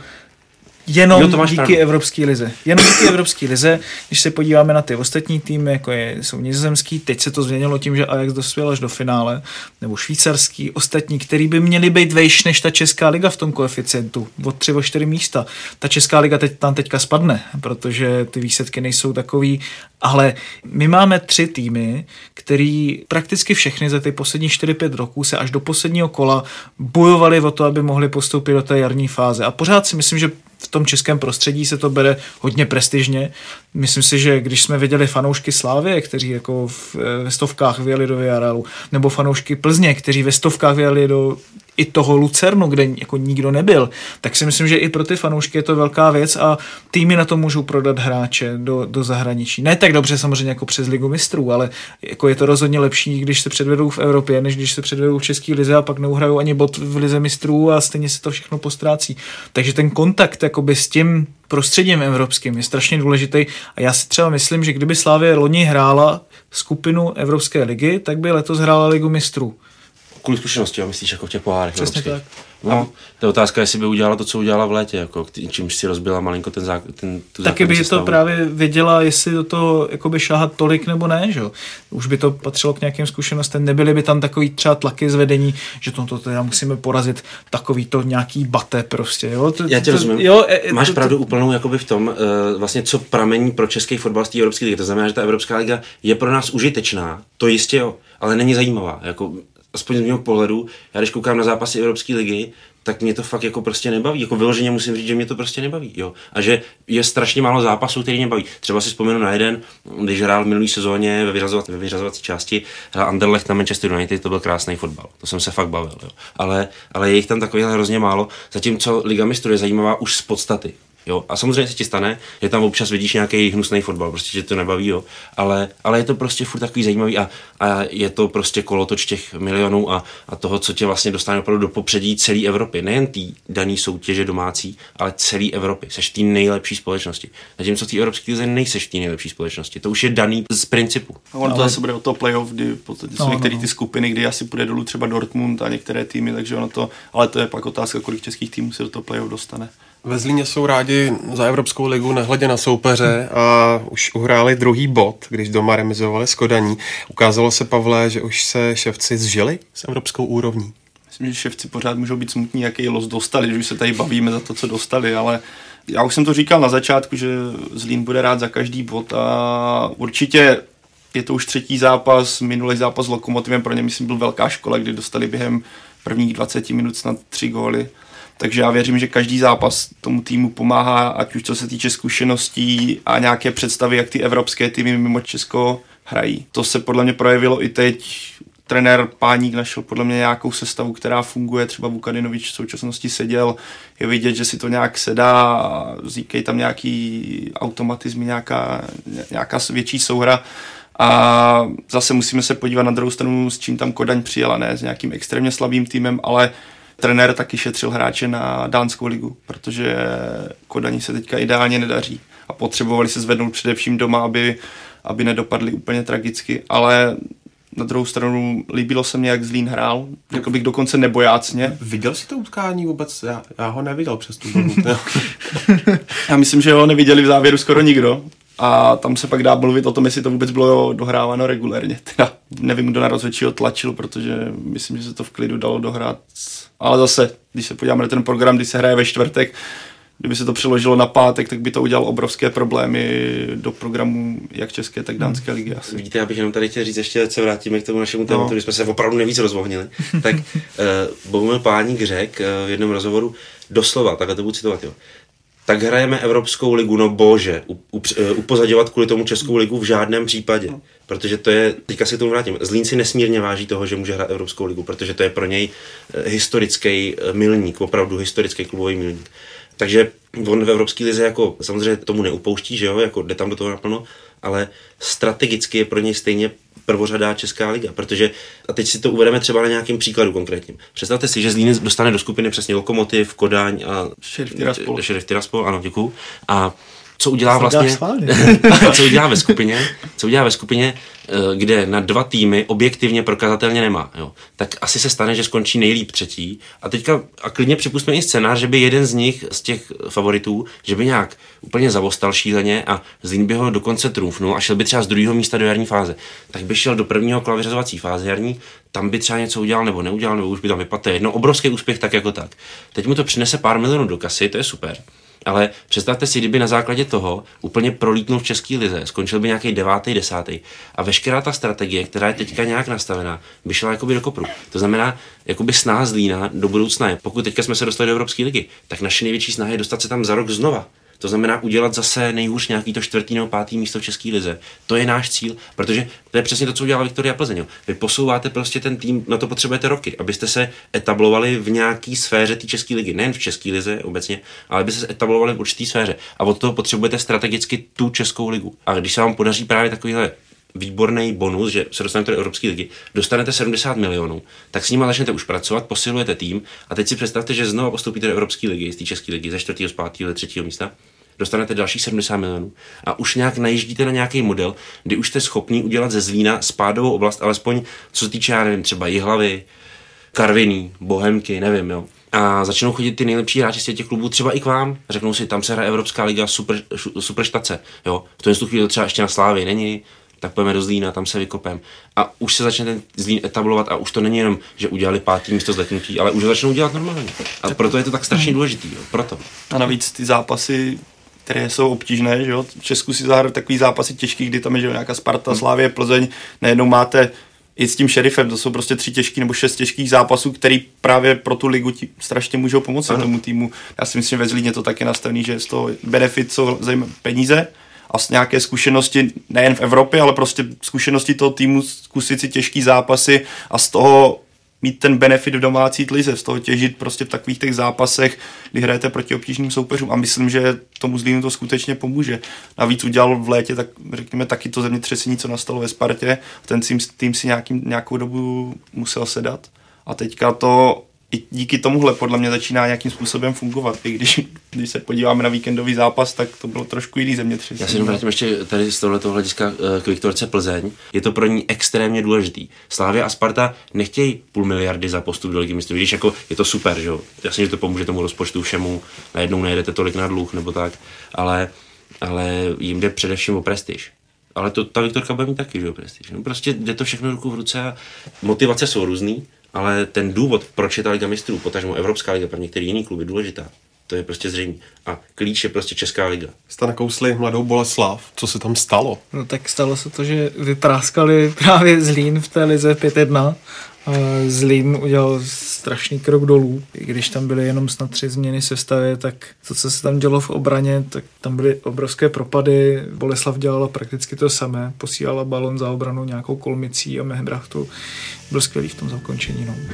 jenom díky Evropské lize. Jenom díky Evropské lize, když se podíváme na ty ostatní týmy, jako jsou nizozemský, teď se to změnilo tím, že Ajax dospěl až do finále, nebo švýcarský, ostatní, který by měli být vejš než ta česká liga v tom koeficientu, od 3 o 4 místa. Ta česká liga tam teďka spadne, protože ty výsledky nejsou takový, ale my máme 3 týmy, který prakticky všechny za ty poslední 4-5 roků se až do posledního kola bojovali o to, aby mohli postoupit do té jarní fáze. A pořád si myslím, že v tom českém prostředí se to bere hodně prestižně. Myslím si, že když jsme viděli fanoušky Slávie, kteří jako ve stovkách vyjeli do Villarealu, nebo fanoušky Plzně, kteří ve stovkách vyjeli do i toho Lucernu, kde jako nikdo nebyl, tak si myslím, že i pro ty fanoušky je to velká věc a týmy na to můžou prodat hráče do zahraničí. Ne tak dobře samozřejmě jako přes Ligu mistrů, ale jako je to rozhodně lepší, když se předvedou v Evropě, než když se předvedou v české lize a pak neuhrajou ani bod v lize mistrů a stejně se to všechno postrácí. Takže ten kontakt jakoby s tím prostředím evropským je strašně důležitý a já si třeba myslím, že kdyby Slavia loni hrála skupinu Evropské ligy, tak by letos hrála Ligu mistrů. Kvůli zkušenosti, jo, myslíš, jako v těch pohárech. Přesně tak. No, to je otázka, jestli by udělala to, co udělala v létě, jako čímž si rozbila malinko tu taky by to právě věděla, jestli do toho jakoby šáhat tolik nebo ne, že? Už by to patřilo k nějakým zkušenostem, nebyly by tam takový třeba tlaky z vedení, že to teda musíme porazit takový to nějaký bate prostě, jo? Já tě rozumím. Máš pravdu úplnou jakoby v tom, vlastně co pramení pro český fotbal z té Evropské ligy. To znamená, že ta Evropská liga je pro nás užitečná, to jistě jo, ale není zajímavá, jako aspoň z mého pohledu, já když koukám na zápasy Evropské ligy, tak mě to fakt jako prostě nebaví. Jako vyloženě musím říct, že mě to prostě nebaví. Jo. A že je strašně málo zápasů, který mě baví. Třeba si vzpomenu na jeden, když hrál v minulý sezóně ve vyřazovací části, hrál Anderlecht na Manchester United, to byl krásný fotbal. To jsem se fakt bavil. Jo. Ale je jich tam takových hrozně málo, zatímco Liga mistrů je zajímavá už z podstaty. Jo, a samozřejmě se ti stane, že tam občas vidíš nějaký hnusný fotbal, prostě že to nebaví, jo. Ale je to prostě furt takový zajímavý a je to prostě kolotoč těch milionů a toho, co tě vlastně dostane opravdu do popředí celé Evropy. Nejen tý daný soutěže domácí, ale celé Evropy. Seš v té nejlepší společnosti. Zatímco v té evropské lize nejseš v té nejlepší společnosti. To už je daný z principu. A ono to zase bude o to playoff, kdy v podstatě jsou některé ty skupiny, kdy asi půjde dolů třeba Dortmund a některé týmy, takže ono to, ale to je pak otázka, kolik českých týmů se do toho playoff dostane. Ve Zlíně jsou rádi za Evropskou ligu nehledě na soupeře a už uhráli druhý bod, když doma remizovali s Kodaní. Ukázalo se, Pavle, že už se Ševci zžili s evropskou úrovní. Myslím, že Ševci pořád můžou být smutní, jaký los dostali, že už se tady bavíme za to, co dostali, ale já už jsem to říkal na začátku, že Zlín bude rád za každý bod a určitě je to už 3. zápas, minulý zápas s Lokomotivem pro ně myslím byl velká škola, kdy dostali během prvních 20 minut snad 3 góly. Takže já věřím, že každý zápas tomu týmu pomáhá, ať už co se týče zkušeností a nějaké představy, jak ty evropské týmy mimo Česko hrají. To se podle mě projevilo i teď. Trenér Páník našel podle mě nějakou sestavu, která funguje. Třeba Vukadinovič v současnosti seděl. Je vidět, že si to nějak sedá a říkají tam nějaký automatizmy, nějaká větší souhra. A zase musíme se podívat na druhou stranu, s čím tam Kodaň přijela, ne s nějakým extrémně slabým týmem, ale trenér taky šetřil hráče na dánskou ligu, protože Kodani se teďka ideálně nedaří a potřebovali se zvednout především doma, aby nedopadli úplně tragicky, ale na druhou stranu líbilo se mně, jak Zlín hrál, řekl bych dokonce nebojácně. Viděl jsi to utkání vůbec? Já ho neviděl přes tu dobu. Já myslím, že ho neviděli v závěru skoro nikdo. A tam se pak dá mluvit o tom, jestli to vůbec bylo dohráváno regulérně. Teda nevím, kdo na rozhodčího tlačil, protože myslím, že se to v klidu dalo dohrát. Ale zase, když se podíváme na ten program, když se hraje ve čtvrtek, kdyby se to přeložilo na pátek, tak by to udělalo obrovské problémy do programu jak české, tak dánské ligy. Asi. Vidíte, já bych jenom tady chtěl říct ještě, ať se vrátíme k tomu našemu tématu, kdy jsme se opravdu nejvíc rozvohnili. Tak Bohumil Páník řekl v jednom rozhovoru doslova, takhle to budu citovat, jo. Tak hrajeme Evropskou ligu, no bože, upozadňovat kvůli tomu Českou ligu v žádném případě, protože to je, teďka se k tomu vrátím, Zlín si nesmírně váží toho, že může hrát Evropskou ligu, protože to je pro něj historický milník, opravdu historický klubový milník. Takže on v Evropské lize jako samozřejmě tomu neupouští, že jo, jako jde tam do toho naplno, ale strategicky je pro něj stejně prvořadá Česká liga, protože, a teď si to uvedeme třeba na nějakým příkladu konkrétním. Představte si, že Zlín dostane do skupiny přesně Lokomotiv, Kodaň a Šerif Tiraspol, ano, děkuju. A co udělá vlastně, co udělá ve skupině, kde na 2 týmy objektivně prokazatelně nemá, jo. Tak asi se stane, že skončí nejlíp 3. A teďka a klidně připustíme i scénář, že by jeden z nich, z těch favoritů, že by nějak úplně zavostal šíleně a Zlín by ho dokonce trumfnul a šel by třeba z 2. místa do jarní fáze. Tak by šel do 1. kola vyřazovací fáze jarní, tam by třeba něco udělal nebo neudělal, nebo už by tam vypadl. Jedno obrovský úspěch tak jako tak. Teď mu to přinese pár milionů do kasy, to je super. Ale představte si, kdyby na základě toho úplně prolítnul v české lize, skončil by nějaký 9., 10. a veškerá ta strategie, která je teďka nějak nastavená, by šla jakoby do kopru. To znamená, jakoby snaha Zlína do budoucna je. Pokud teďka jsme se dostali do Evropské ligy, tak naše největší snaha je dostat se tam za rok znova. To znamená udělat zase nejhůř nějaký to 4. nebo 5. místo v české lize. To je náš cíl, protože to je přesně to, co udělala Viktoria Plzeň. Vy posouváte prostě ten tým, na to potřebujete roky, abyste se etablovali v nějaký sféře té české ligy, nejen v české lize obecně, ale abyste se etablovali v určité sféře. A od toho potřebujete strategicky tu českou ligu. A když se vám podaří právě takovýhle výborný bonus, že se dostanete do Evropské ligy, dostanete 70 milionů, tak s nima začnete už pracovat, posilujete tým a teď si představte, že znovu postoupíte do Evropské ligy, z té české ligy, ze 4., z 5., ze 3. místa, dostanete dalších 70 milionů a už nějak najíždíte na nějaký model, kdy už jste schopní udělat ze Zlína spádovou oblast, alespoň co se týče, já nevím, třeba Jihlavy, Karviní, Bohemky, nevím, jo. A začnou chodit ty nejlepší hráči z těch klubů třeba i k vám. Řeknou si, tam se hraje Evropská liga, super štace, jo. V tom chvíli to třeba ještě na Slávii není, tak půjdeme do Zlína, tam se vykopem. A už se začne ten Zlín etablovat a už to není jenom, že udělali 5. místo z letnutí, ale už ho začnou dělat normálně. A proto je to tak strašně důležitý, jo, proto. A navíc ty zápasy, které jsou obtížné, že jo, v Česku si zahrát takový zápasy těžký, kdy tam je, že jo, nějaká Sparta, Slavie, Plzeň, najednou máte i s tím Šerifem, to jsou prostě 3 těžký nebo 6 těžkých zápasů, který právě pro tu ligu strašně můžou pomoci tomu týmu. Já si myslím, že ve Zlíně to taky nastavený, že z toho benefit jsou zejména peníze a nějaké zkušenosti nejen v Evropě, ale prostě zkušenosti toho týmu zkusit si těžký zápasy a z toho mít ten benefit v domácí lize, z toho těžit prostě v takových těch zápasech, kdy hrajete proti obtížným soupeřům a myslím, že tomu Zlínu to skutečně pomůže. Navíc udělal v létě, tak řekněme, taky to zemětřesení, co nastalo ve Spartě, ten tým si nějakou dobu musel sedat a teďka to i díky tomuhle podle mě začíná nějakým způsobem fungovat. I když se podíváme na víkendový zápas, tak to bylo trošku jiný zemětřesení. Já si vrátím ještě tady z tohoto hlediska k Viktorce Plzeň. Je to pro ní extrémně důležitý. Slavia a Sparta nechtějí 500 miliardy za postup do Ligy mistrů, když jako je to super, že jo. Jasně, že to pomůže tomu rozpočtu všemu, najednou nejedete tolik na dluh nebo tak, ale jim jde především o prestiž. Ale ta Viktorka bude mít taky, že jo, prestiž. No prostě jde to všechno ruku v ruce a motivace jsou různý. Ale ten důvod, proč je ta Liga mistrů, potažmo Evropská liga pro některé jiný kluby důležitá, To je prostě zřejmé. A klíč je prostě Česká liga. Jste nakousli Mladou Boleslav. Co se tam stalo? No tak stalo se to, že vypráskali právě Zlín v té lize 5-1. Zlín udělal strašný krok dolů. I když tam byly jenom snad 3 změny sestavy, tak to, co se tam dělo v obraně, tak tam byly obrovské propady. Boleslav dělala prakticky to samé. Posílala balon za obranu nějakou kolmicí a Mehbrachtu byl skvělý v tom zakončení. No.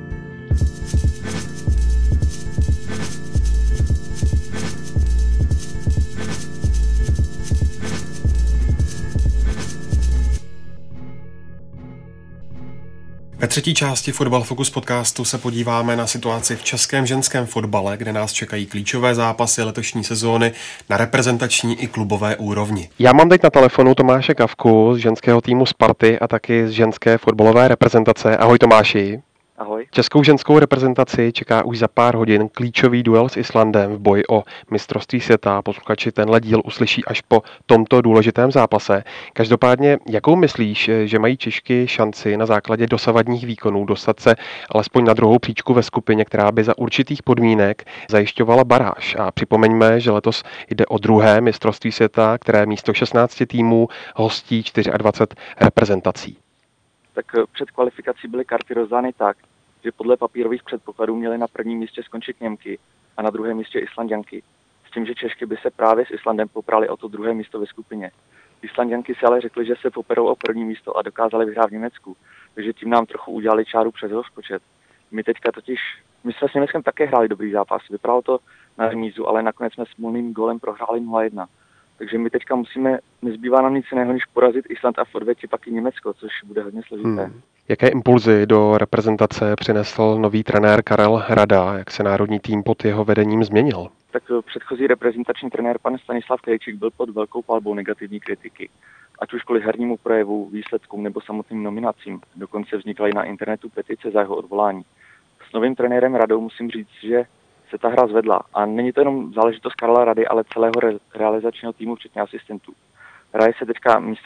Ve třetí části Fotbal Focus podcastu se podíváme na situaci v českém ženském fotbale, kde nás čekají klíčové zápasy letošní sezóny na reprezentační i klubové úrovni. Já mám teď na telefonu Tomáše Kavku z ženského týmu Sparty a taky z ženské fotbalové reprezentace. Ahoj Tomáši. Ahoj. Českou ženskou reprezentaci čeká už za pár hodin klíčový duel s Islandem v boji o mistrovství světa. Posluchači tenhle díl uslyší až po tomto důležitém zápase. Každopádně, jakou myslíš, že mají Češky šanci na základě dosavadních výkonů dostat se alespoň na druhou příčku ve skupině, která by za určitých podmínek zajišťovala baráž? A připomeňme, že letos jde o druhé mistrovství světa, které místo 16 týmů hostí 24 reprezentací. Tak před kvalifikací byly karty rozdány tak, že podle papírových předpokladů měly na prvním místě skončit Němky a na druhém místě Islanďanky. S tím, že Češky by se právě s Islandem poprali o to druhé místo ve skupině. Islanďanky si ale řekly, že se poperou o první místo a dokázali vyhrát v Německu. Takže tím nám trochu udělali čáru přes rozpočet. My jsme s Německem také hráli dobrý zápas. Vypadalo to na remízu, ale nakonec jsme s volným gólem prohráli 0-1. Takže my teďka nezbývá nám nic jiného, než porazit Island a v odvětě pak i Německo, což bude hodně složité. Jaké impulzy do reprezentace přinesl nový trenér Karel Rada? Jak se národní tým pod jeho vedením změnil? Tak předchozí reprezentační trenér pan Stanislav Krejčík byl pod velkou palbou negativní kritiky. Ať už kvůli hernímu projevu, výsledkům nebo samotným nominacím. Dokonce vznikla i na internetu petice za jeho odvolání. S novým trenérem Radou musím říct, že se ta hra zvedla. A není to jenom záležitost Karla Rady, ale celého realizačního týmu, včetně asistentů. Hraje se teďka místo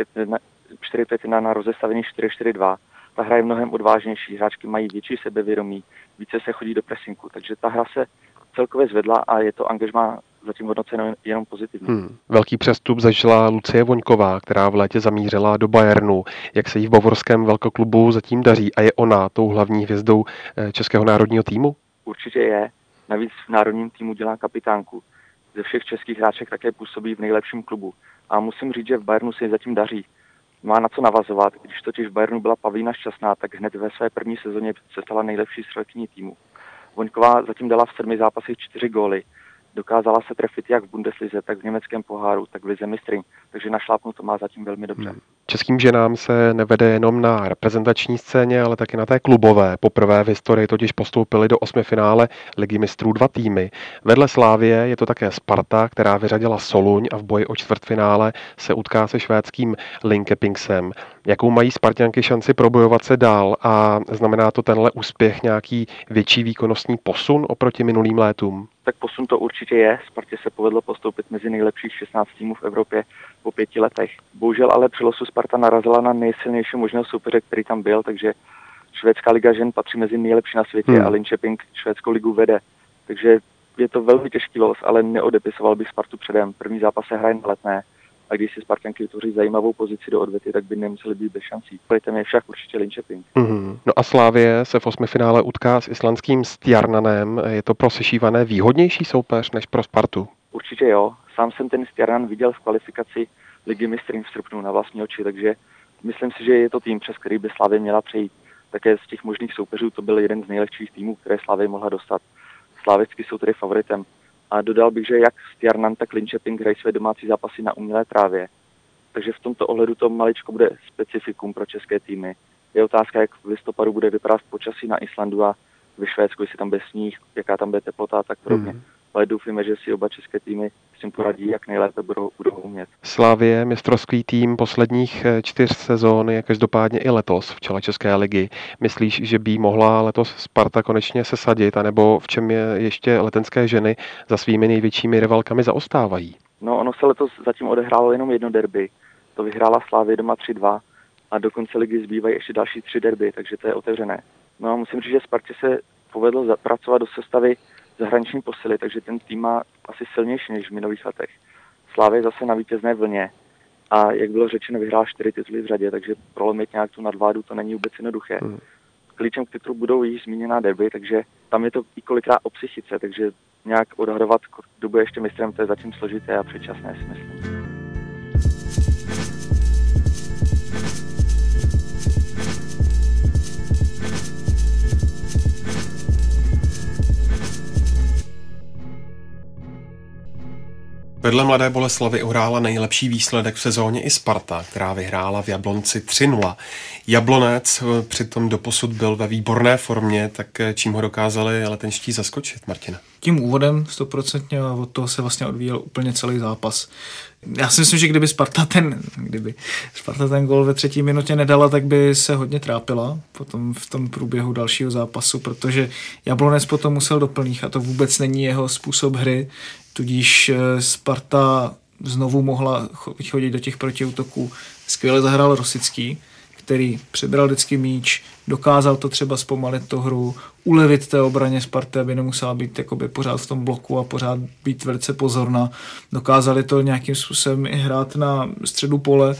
4-5-1 na rozestavení 4-4-2. Ta hra je mnohem odvážnější, hráčky mají větší sebevědomí, více se chodí do presinku, takže ta hra se celkově zvedla a je to angažmá zatím hodnoceno jenom pozitivně. Velký přestup zažila Lucie Voňková, která v létě zamířila do Bayernu. Jak se jí v bavorském velkoklubu zatím daří a je ona tou hlavní hvězdou českého národního týmu? Určitě je. Navíc v národním týmu dělá kapitánku. Ze všech českých hráček také působí v nejlepším klubu. A musím říct, že v Bayernu se jí zatím daří. Má na co navazovat. Když totiž v Bayernu byla Pavlína Šťastná, tak hned ve své první sezóně se stala nejlepší střelkyní týmu. Voňková zatím dala v 7 zápasech 4 góly. Dokázala se trefit jak v Bundeslize, tak v německém poháru, tak v lize mistryň. Takže našlápnu to má zatím velmi dobře. Českým ženám se nevede jenom na reprezentační scéně, ale taky na té klubové. Poprvé v historii totiž postoupili do 8. finále Ligy mistrů 2 týmy. Vedle Slávie je to také Sparta, která vyřadila Soluň a v boji o čtvrtfinále se utká se švédským Linköpingsem. Jakou mají Sparťanky šanci probojovat se dál a znamená to tenhle úspěch nějaký větší výkonnostní posun oproti minulým létům? Tak posun to určitě je. Spartě se povedlo postoupit mezi nejlepších 16 týmů v Evropě po 5 letech. Bohužel ale při losu Sparta narazila na nejsilnější možného soupeře, který tam byl, takže švédská liga žen patří mezi nejlepší na světě a Linköping švédskou ligu vede. Takže je to velmi těžký los, ale neodepisoval bych Spartu předem. První zápas se hraje na Letné a když si Spartanky vytvoří zajímavou pozici do odvety, tak by nemuseli být bez šancí. Tam je však určitě Linköping. No a Slavie se v 8. finále utká s islandským Stjarnanem. Je to pro sešívané výhodnější soupeř než pro Spartu? Určitě jo. Sám jsem ten Stjarnan viděl v kvalifikaci Ligy mistrů v srpnu na vlastní oči, takže myslím si, že je to tým, přes který by Slavie měla přejít. Také z těch možných soupeřů to byl jeden z nejlepších týmů, které Slavie mohla dostat. Slavicky jsou tedy favoritem. A dodal bych, že jak Stjarnan, tak Linköping hrají své domácí zápasy na umělé trávě. Takže v tomto ohledu to maličko bude specifikum pro české týmy. Je otázka, jak v listopadu bude vypadat počasí na Islandu a ve Švédsku, jestli tam bude sníh, jaká tam bude teplota a tak podobně. Ale doufíme, že si oba české týmy s tím poradí, jak nejlépe budou umět. Slavie, mistrovský tým posledních 4 sezón, je každopádně i letos v čele České ligy. Myslíš, že by mohla letos Sparta konečně sesadit, anebo v čem je ještě letenské ženy za svými největšími rivalkami zaostávají? No, ono se letos zatím odehrálo jenom jedno derby. To vyhrála Slavie doma 3-2 a do konce ligy zbývají ještě další 3 derby, takže to je otevřené. No a musím říct, že Spartě se povedlo zapracovat do sestavy zahraniční posily, takže ten tým má asi silnější než v minulých letech. Slavia je zase na vítězné vlně a jak bylo řečeno, vyhrál 4 tituly v řadě, takže prolomit nějak tu nadvládu to není vůbec jednoduché. Klíčem k titulu budou již zmíněná derby, takže tam je to i kolikrát o psychice, takže nějak odhadovat, kdo bude ještě mistrem, to je zatím složité a předčasné, si myslím. Vedle Mladé Boleslavi uhrála nejlepší výsledek v sezóně i Sparta, která vyhrála v Jablonci 3-0. Jablonec přitom doposud byl ve výborné formě, tak čím ho dokázali letenští zaskočit, Martina? Tím úvodem 100% a od toho se vlastně odvíjel úplně celý zápas. Já si myslím, že kdyby Sparta ten gól ve 3. minutě nedala, tak by se hodně trápila potom v tom průběhu dalšího zápasu, protože Jablonec potom musel do plných a to vůbec není jeho způsob hry, tudíž Sparta znovu mohla chodit do těch protiútoků. Skvěle zahrál Rosický, který přebral vždycky míč, dokázal to třeba zpomalit tu hru, ulevit té obraně Sparty, aby nemusela být jakoby pořád v tom bloku a pořád být velice pozorná. Dokázali to nějakým způsobem i hrát na středu pole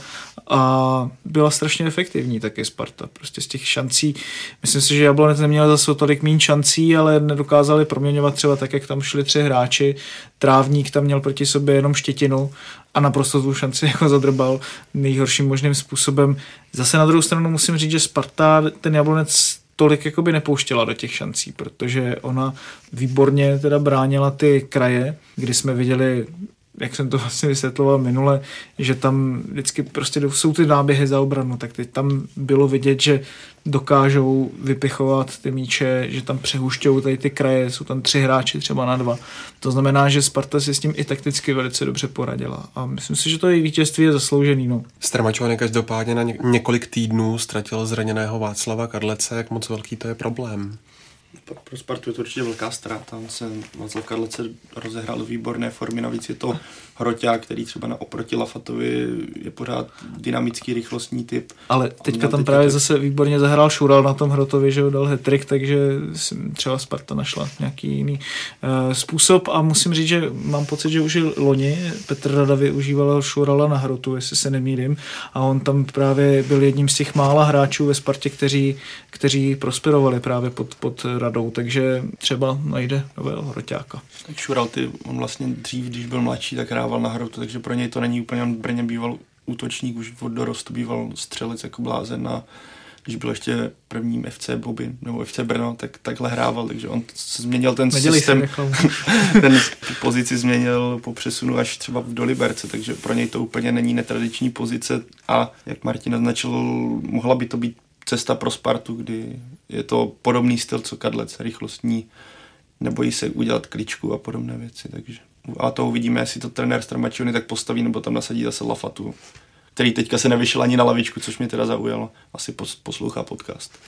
a byla strašně efektivní taky Sparta. Prostě z těch šancí, myslím si, že Jablonec neměl zase tolik méně šancí, ale nedokázali proměňovat třeba tak, jak tam šli 3 hráči. Trávník tam měl proti sobě jenom Štětinu a naprosto tu šanci jako zadrbal nejhorším možným způsobem. Zase na druhou stranu musím říct, že Sparta ten Jablonec tolik jakoby nepouštěla do těch šancí, protože ona výborně teda bránila ty kraje, kdy jsme viděli, jak jsem to vlastně vysvětloval minule, že tam vždycky prostě jsou ty náběhy za obranu, tak teď tam bylo vidět, že dokážou vypichovat ty míče, že tam přehušťují tady ty kraje, jsou tam 3 hráči třeba na 2. To znamená, že Sparta si s tím i takticky velice dobře poradila a myslím si, že to její vítězství je zasloužený. No. Stramačovaný každopádně na několik týdnů ztratil zraněného Václava Kadlece, jak moc velký to je problém? Pro Spartu je to určitě velká ztráta. On se Václav Kadlec rozehrál v výborné formě, navíc je to hroťák, který třeba oproti Lafatovi je pořád dynamický, rychlostní typ. Ale teďka tam právě zase výborně zahrál Šural na tom Hrotovi, že ho dal hat-trick, takže třeba Sparta našla nějaký jiný způsob a musím říct, že mám pocit, že už i loni Petr Rada využíval Šurala na Hrotu, jestli se nemýlím, a on tam právě byl jedním z těch mála hráčů ve Spartě, kteří prosperovali právě pod Radou, takže třeba najde nového hroťáka. Tak Šural, on vlastně dřív, když byl mladší, tak hrával na Hrotu, takže pro něj to není úplně, on v Brně býval útočník, už od dorostu býval střelec jako blázen a když byl ještě prvním FC Bobin nebo FC Brno, tak takhle hrával, takže on změnil ten systém, ten pozici změnil po přesunu až třeba do Liberce, takže pro něj to úplně není netradiční pozice a jak Martin naznačil, mohla by to být cesta pro Spartu, kdy je to podobný styl, co Kadlec, rychlostní, nebojí se udělat kličku a podobné věci, takže a to uvidíme, jestli to trenér Stramačony tak postaví, nebo tam nasadí zase Lafatu, který teďka se nevyšel ani na lavičku, což mě teda zaujalo. Asi poslouchá podcast.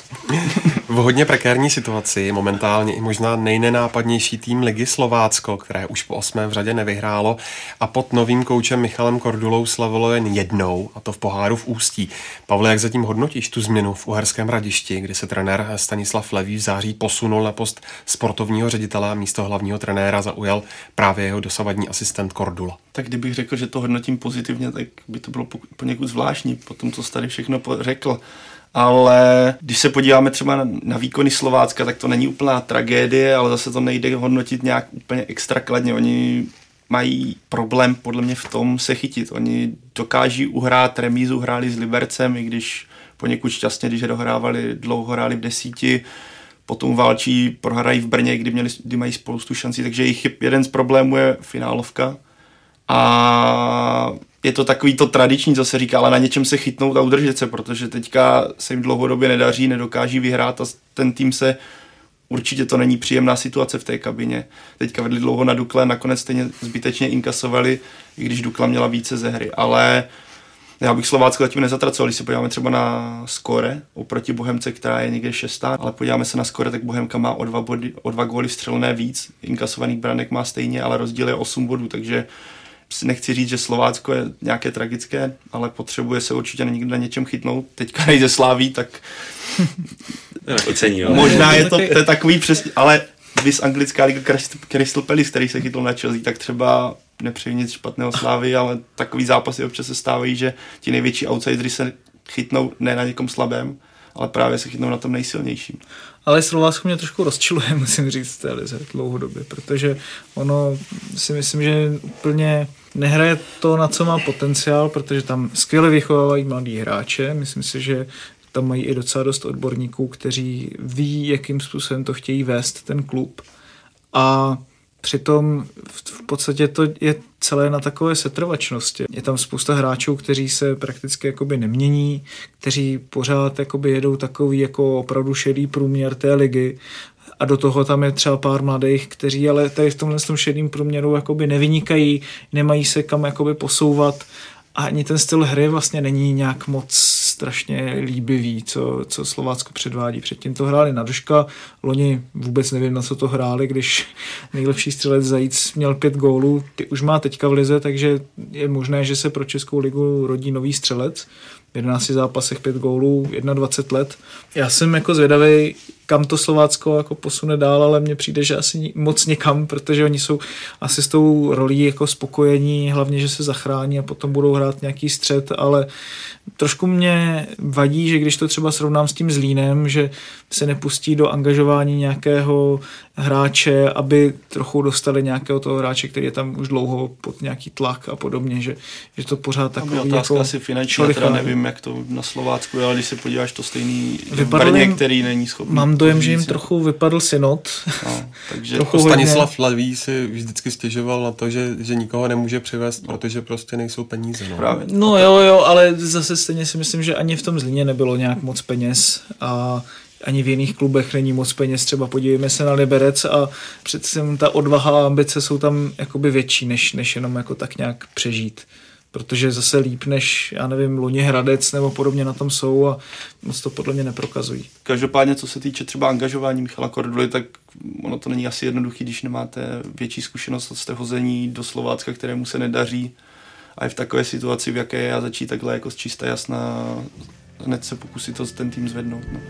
V hodně prekérní situaci momentálně i možná nejnenápadnější tým ligy Slovácko, které už po 8. v řadě nevyhrálo a pod novým koučem Michalem Kordulou slavilo jen jednou, a to v poháru v Ústí. Pavle, jak zatím hodnotíš tu změnu v Uherském Hradišti, kdy se trenér Stanislav Levý v září posunul na post sportovního ředitele a místo hlavního trenéra zaujal právě jeho dosavadní asistent Kordula? Tak kdybych řekl, že to hodnotím pozitivně, tak by to bylo poněkud zvláštní po tom, co jsi tady všechno řekl. Ale když se podíváme třeba na výkony Slovácka, tak to není úplná tragédie, ale zase to nejde hodnotit nějak úplně extra kladně. Oni mají problém podle mě v tom se chytit. Oni dokáží uhrát remízu, hráli s Libercem, i když poněkud šťastně, když je dohrávali, dlouho hráli v 10, potom válčí, prohrají v Brně, kdy mají spoustu šancí, takže jejich jeden z problémů je finálovka. A je to takový to tradiční, co se říká, ale na něčem se chytnout a udržet se, protože teďka se jim dlouhodobě nedaří, nedokáží vyhrát a ten tým se, určitě to není příjemná situace v té kabině. Teďka vedli dlouho na Dukle, nakonec stejně zbytečně inkasovali, i když Dukla měla více ze hry, ale já bych Slovácko zatím nezatracoval, když se podíváme třeba na skóre oproti Bohemce, která je někde 6, ale podíváme se na skóre, tak Bohemka má o 2 góly vstřelené víc, inkasovaných branek má stejně, ale rozdíl je 8 bodů, takže nechci říct, že Slovácko je nějaké tragické, ale potřebuje se určitě někde na něčem chytnout. Teďka nejde Sláví, tak Ocení, možná je to takový přesně, ale vys anglická liga Crystal Palace, který se chytl na Chelsea, tak třeba nepřeji nic špatného Slávy, ale takový zápasy občas se stávají, že ti největší outsideri se chytnou ne na někom slabém, ale právě se chytnou na tom nejsilnějším. Ale Slovácko mě trošku rozčiluje, musím říct, v té lize dlouhodobě, protože ono si myslím, že úplně nehraje to, na co má potenciál, protože tam skvěle vychovávají mladý hráče, myslím si, že tam mají i docela dost odborníků, kteří ví, jakým způsobem to chtějí vést ten klub. A přitom v podstatě to je celé na takové setrvačnosti. Je tam spousta hráčů, kteří se prakticky jakoby nemění, kteří pořád jakoby jedou takový jako opravdu šedý průměr té ligy a do toho tam je třeba pár mladých, kteří ale tady v tomhle šedým průměru jakoby nevynikají, nemají se kam jakoby posouvat a ani ten styl hry vlastně není nějak moc strašně líbivý, co Slovácko předvádí. Předtím to hráli na Duška, loni vůbec nevím, na co to hráli, když nejlepší střelec Zajíc měl 5 gólů, ty už má teďka v lize, takže je možné, že se pro Českou ligu rodí nový střelec. V 11 zápasech 5 gólů, 21 let. Já jsem jako zvědavý, kam to Slovácko jako posune dál, ale mně přijde, že asi moc někam, protože oni jsou asi s tou rolí jako spokojení, hlavně, že se zachrání a potom budou hrát nějaký střet, ale trošku mě vadí, že když to třeba srovnám s tím Zlínem, že se nepustí do angažování nějakého hráče, aby trochu dostali nějakého toho hráče, který je tam už dlouho pod nějaký tlak a podobně, že to pořád takový otázka jako asi finanční, teda nevím, jak to na Slovácku je, ale když se podíváš to stejný v Brně, který není schopný. Mám dojem, že jim trochu vypadl synod. No, takže Stanislav Lavý si vždycky stěžoval na to, že nikoho nemůže přivést, protože prostě nejsou peníze. No, právě. No jo, ale zase stejně si myslím, že ani v tom Zlíně nebylo nějak moc peněz a ani v jiných klubech není moc peněz. Třeba podívejme se na Liberec a přece ta odvaha a ambice jsou tam jakoby větší, než jenom jako tak nějak přežít. Protože zase líp než, já nevím, loni Hradec nebo podobně na tom jsou a moc to podle mě neprokazují. Každopádně, co se týče třeba angažování Michala Korduly, tak ono to není asi jednoduchý, když nemáte větší zkušenost od hození do Slovácka, kterému se nedaří a je v takové situaci, v jaké je, a začít takhle jako z čista jasná hned se pokusit to ten tým zvednout. No.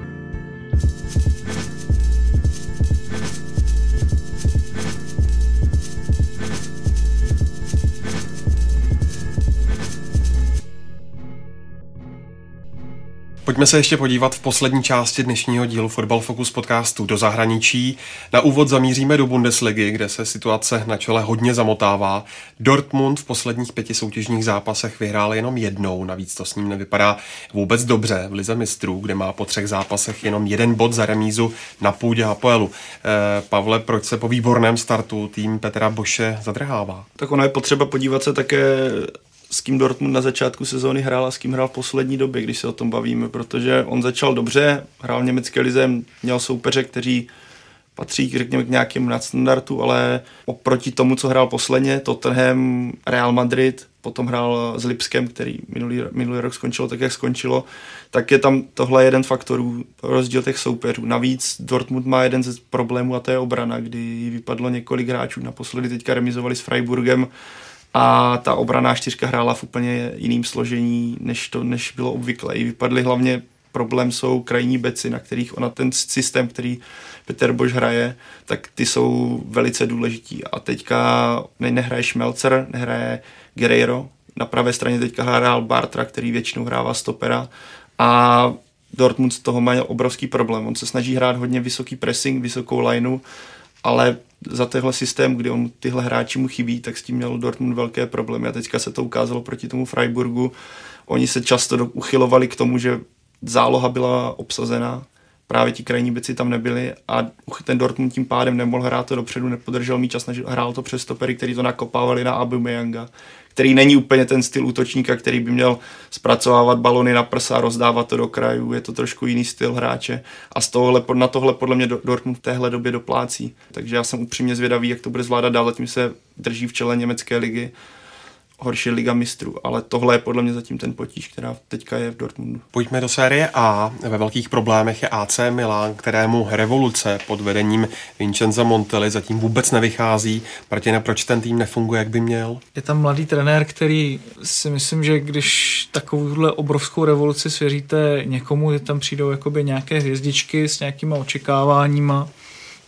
Pojďme se ještě podívat v poslední části dnešního dílu Fotbal Focus podcastu do zahraničí. Na úvod zamíříme do Bundesligy, kde se situace na čele hodně zamotává. Dortmund v posledních 5 soutěžních zápasech vyhrál jenom jednou, navíc to s ním nevypadá vůbec dobře v lize mistrů, kde má po 3 zápasech jenom 1 bod za remízu na půdě Hapoelu. Pavle, proč se po výborném startu tým Petra Bosche zadrhává? Tak ono je potřeba podívat se také, s kým Dortmund na začátku sezóny hrál a s kým hrál v poslední době, když se o tom bavíme, protože on začal dobře, hrál v německé lize, měl soupeře, kteří patří, řekněme, k nějakému nadstandardu, ale oproti tomu, co hrál posledně, Tottenham, Real Madrid, potom hrál s Lipskem, který minulý rok skončilo tak, jak skončilo, tak je tam tohle jeden faktorů, rozdíl těch soupeřů. Navíc Dortmund má jeden ze problémů a to je obrana, kdy vypadlo několik hráčů, naposledy teďka remizovali s Freiburgem, a ta obranná 4 hrála v úplně jiným složení, než bylo obvyklé. Vypadly hlavně problém jsou krajní beci, na kterých ona ten systém, který Peter Bosch hraje, tak ty jsou velice důležití. A teďka nehraje Schmelzer, nehraje Guerreiro, na pravé straně teďka hrál Bartra, který většinou hrává stopera a Dortmund z toho má obrovský problém. On se snaží hrát hodně vysoký pressing, vysokou lineu, ale za tenhle systém, kdy tyhle hráči mu chybí, tak s tím měl Dortmund velké problémy a teďka se to ukázalo proti tomu Freiburgu. Oni se často uchylovali k tomu, že záloha byla obsazená, právě ti krajní beci tam nebyli a ten Dortmund tím pádem nemohl hrát to dopředu, nepodržel míč a hrál to přes stopery, který to nakopávali na Aubameyanga, který není úplně ten styl útočníka, který by měl zpracovávat balony na prsa a rozdávat to do krajů. Je to trošku jiný styl hráče a na tohle podle mě Dortmund v téhle době doplácí. Takže já jsem upřímně zvědavý, jak to bude zvládat dál, zatím se drží v čele německé ligy. Horší liga mistrů, ale tohle je podle mě zatím ten potíž, která teďka je v Dortmundu. Pojďme do série A. Ve velkých problémech je AC Milan, kterému revoluce pod vedením Vincenza Montely zatím vůbec nevychází. Martina, proč ten tým nefunguje, jak by měl? Je tam mladý trenér, který si myslím, že když takovouhle obrovskou revoluci svěříte někomu, že tam přijdou jakoby nějaké hvězdičky s nějakýma očekáváníma,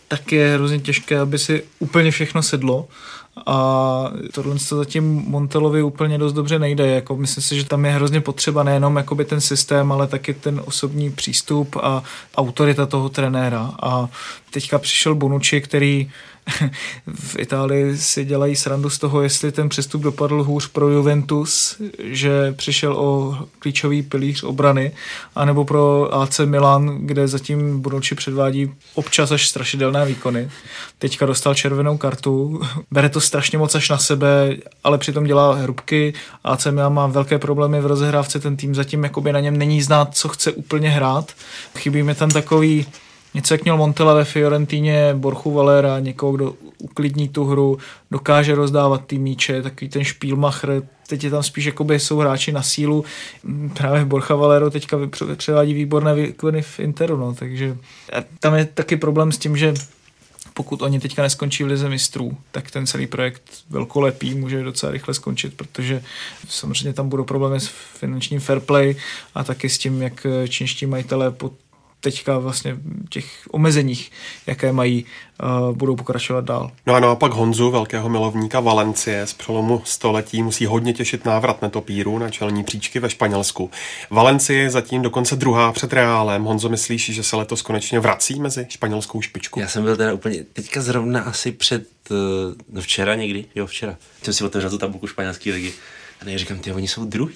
tak je hrozně těžké, aby si úplně všechno sedlo. A tohle se zatím Montelovi úplně dost dobře nejde. Jako myslím si, že tam je hrozně potřeba nejenom jakoby ten systém, ale taky ten osobní přístup a autorita toho trenéra. A teďka přišel Bonucci, který v Itálii si dělají srandu z toho, jestli ten přestup dopadl hůř pro Juventus, že přišel o klíčový pilíř obrany, anebo pro AC Milan, kde zatím Bonucci předvádí občas až strašidelné výkony. Teďka dostal červenou kartu, bere to strašně moc až na sebe, ale přitom dělá hrubky. AC Milan má velké problémy v rozehrávce, ten tým zatím jakoby na něm není znát, co chce úplně hrát. Chybí mi tam takový něco, jak měl Montella ve Fiorentíně, Borchu Valera, někoho, kdo uklidní tu hru, dokáže rozdávat ty míče, takový ten Spielmacher. Teď je tam spíš, jakoby jsou hráči na sílu. Právě Borja Valero teďka předvádí výborné výkony v Interu, no, takže tam je taky problém s tím, že pokud oni teďka neskončí v lize mistrů, tak ten celý projekt velkolepý může docela rychle skončit, protože samozřejmě tam budou problémy s finančním fair play a taky s tím, jak čínští majitelé po teďka vlastně těch omezeních, jaké mají, budou pokračovat dál. No a naopak Honzu, velkého milovníka Valencie z přelomu století, musí hodně těšit návrat netopíru na čelní příčky ve Španělsku. Valencie je zatím dokonce druhá před Reálem. Honzo, myslíš, že se letos konečně vrací mezi španělskou špičku? Já jsem byl teda úplně teďka zrovna asi včera někdy, včera. Jsem si otevřel tu tabulku španělské ligy a říkám, oni jsou druhý.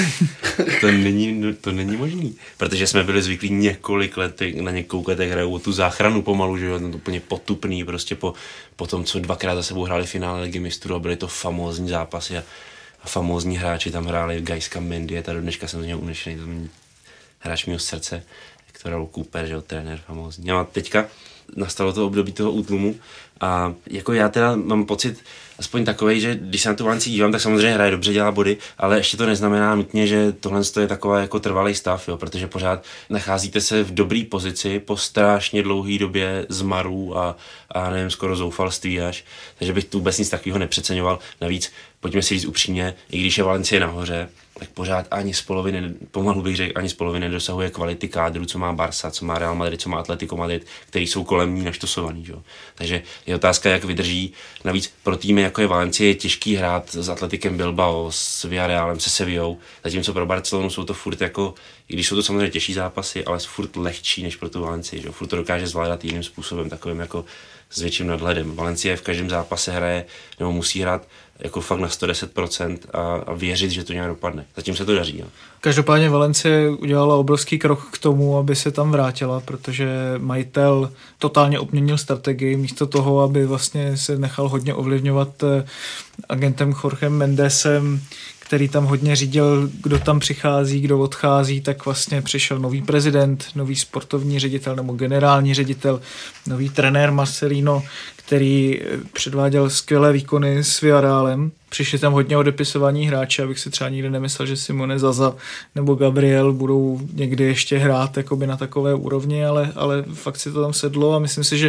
To není možný, protože jsme byli zvyklí několik let na ně koukat, jak hrajou o tu záchranu pomalu, že jo, to úplně potupný, prostě po tom, co dvakrát za sebou hráli finále Ligy mistrů a byly to famózní zápasy a famózní hráči tam hráli, Gajska Mendy, a do dneška jsem z něho unešený, to je hráč mýho srdce, Hector Cooper, že jo, trenér famózní. A teďka nastalo to období toho útlumu a jako já teda mám pocit aspoň takovej, že když se na tu Valencii dívám, tak samozřejmě hraje dobře, dělá body, ale ještě to neznamená nutně, že tohle je taková jako trvalý stav, jo, protože pořád nacházíte se v dobré pozici po strašně dlouhé době zmarů a nevím, skoro zoufalství až, takže bych tu vůbec nic takového nepřeceňoval. Navíc, pojďme si říct upřímně, i když je Valencie nahoře, tak pořád ani z poloviny, pomalu bych řekl, ani z poloviny nedosahuje kvality kádru, co má Barca, co má Real Madrid, co má Atletico Madrid, který jsou kolem ní naštosovaný. Jo. Takže je otázka, jak vydrží. Navíc pro týmy, jako je Valencie, je těžký hrát s Atletikem Bilbao, s Villarrealem, se Sevillou, zatímco pro Barcelonu jsou to furt jako, i když jsou to samozřejmě těžší zápasy, ale furt lehčí než pro tu Valencii. Že? Furt to dokáže zvládat jiným způsobem, takovým jako s větším nadhledem. Valencie v každém zápase hraje nebo musí hrát jako fakt na 110% a věřit, že to nějak dopadne. Zatím se to daří. Jo. Každopádně Valencie udělala obrovský krok k tomu, aby se tam vrátila, protože majitel totálně obměnil strategii místo toho, aby vlastně se nechal hodně ovlivňovat agentem Jorgem Mendesem, který tam hodně řídil, kdo tam přichází, kdo odchází, tak vlastně přišel nový prezident, nový sportovní ředitel nebo generální ředitel, nový trenér Marcelino, který předváděl skvělé výkony s Villarrealem. Přišli tam hodně odepisování hráče, abych si třeba nikdy nemyslel, že Simone Zaza nebo Gabriel budou někdy ještě hrát jakoby na takové úrovni, ale fakt si to tam sedlo a myslím si, že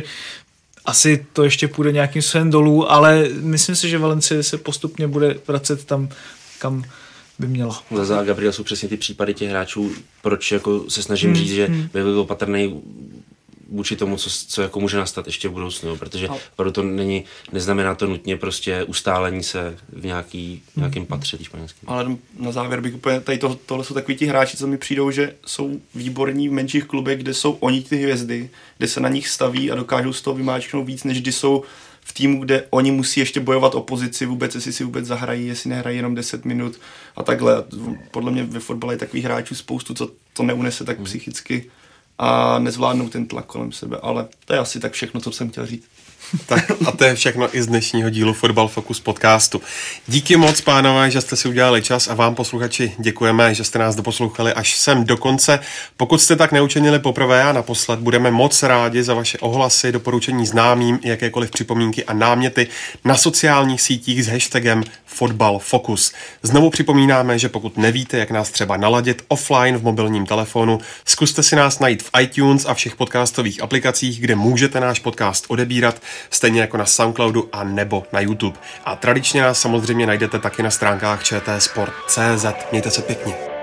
asi to ještě půjde nějakým svém dolů, ale myslím si, že Valencie se postupně bude vracet tam, kam by měla. Zaza a Gabriel jsou přesně ty případy těch hráčů, proč jako se snažím říct, že byl opatrný vůči tomu, co jako může nastat ještě v budoucnu, protože opravdu to neznamená to nutně prostě ustálení se v nějakém patře španělském. Ale na závěr bych úplně, tohle jsou takový ti hráči, co mi přijdou, že jsou výborní v menších klubech, kde jsou oni ty hvězdy, kde se na nich staví a dokážou z toho vymáčknout víc, než když jsou v týmu, kde oni musí ještě bojovat o pozici vůbec, jestli si vůbec zahrají, jestli nehrají jenom 10 minut a takhle. Podle mě ve fotbale je takových hráčů spoustu, co to neunese tak psychicky a nezvládnou ten tlak kolem sebe, ale to je asi tak všechno, co jsem chtěl říct. Tak a to je všechno i z dnešního dílu Fotbal Focus podcastu. Díky moc, pánové, že jste si udělali čas a vám, posluchači, děkujeme, že jste nás doposlouchali až sem do konce. Pokud jste tak neučinili poprvé a naposled, budeme moc rádi za vaše ohlasy, doporučení známým, jakékoliv připomínky a náměty na sociálních sítích s hashtagem Fotbal Focus. Znovu připomínáme, že pokud nevíte, jak nás třeba naladit offline v mobilním telefonu, zkuste si nás najít v iTunes a všech podcastových aplikacích, kde můžete náš podcast odebírat, stejně jako na Soundcloudu a nebo na YouTube. A tradičně nás samozřejmě najdete taky na stránkách čtsport.cz. Mějte se pěkně.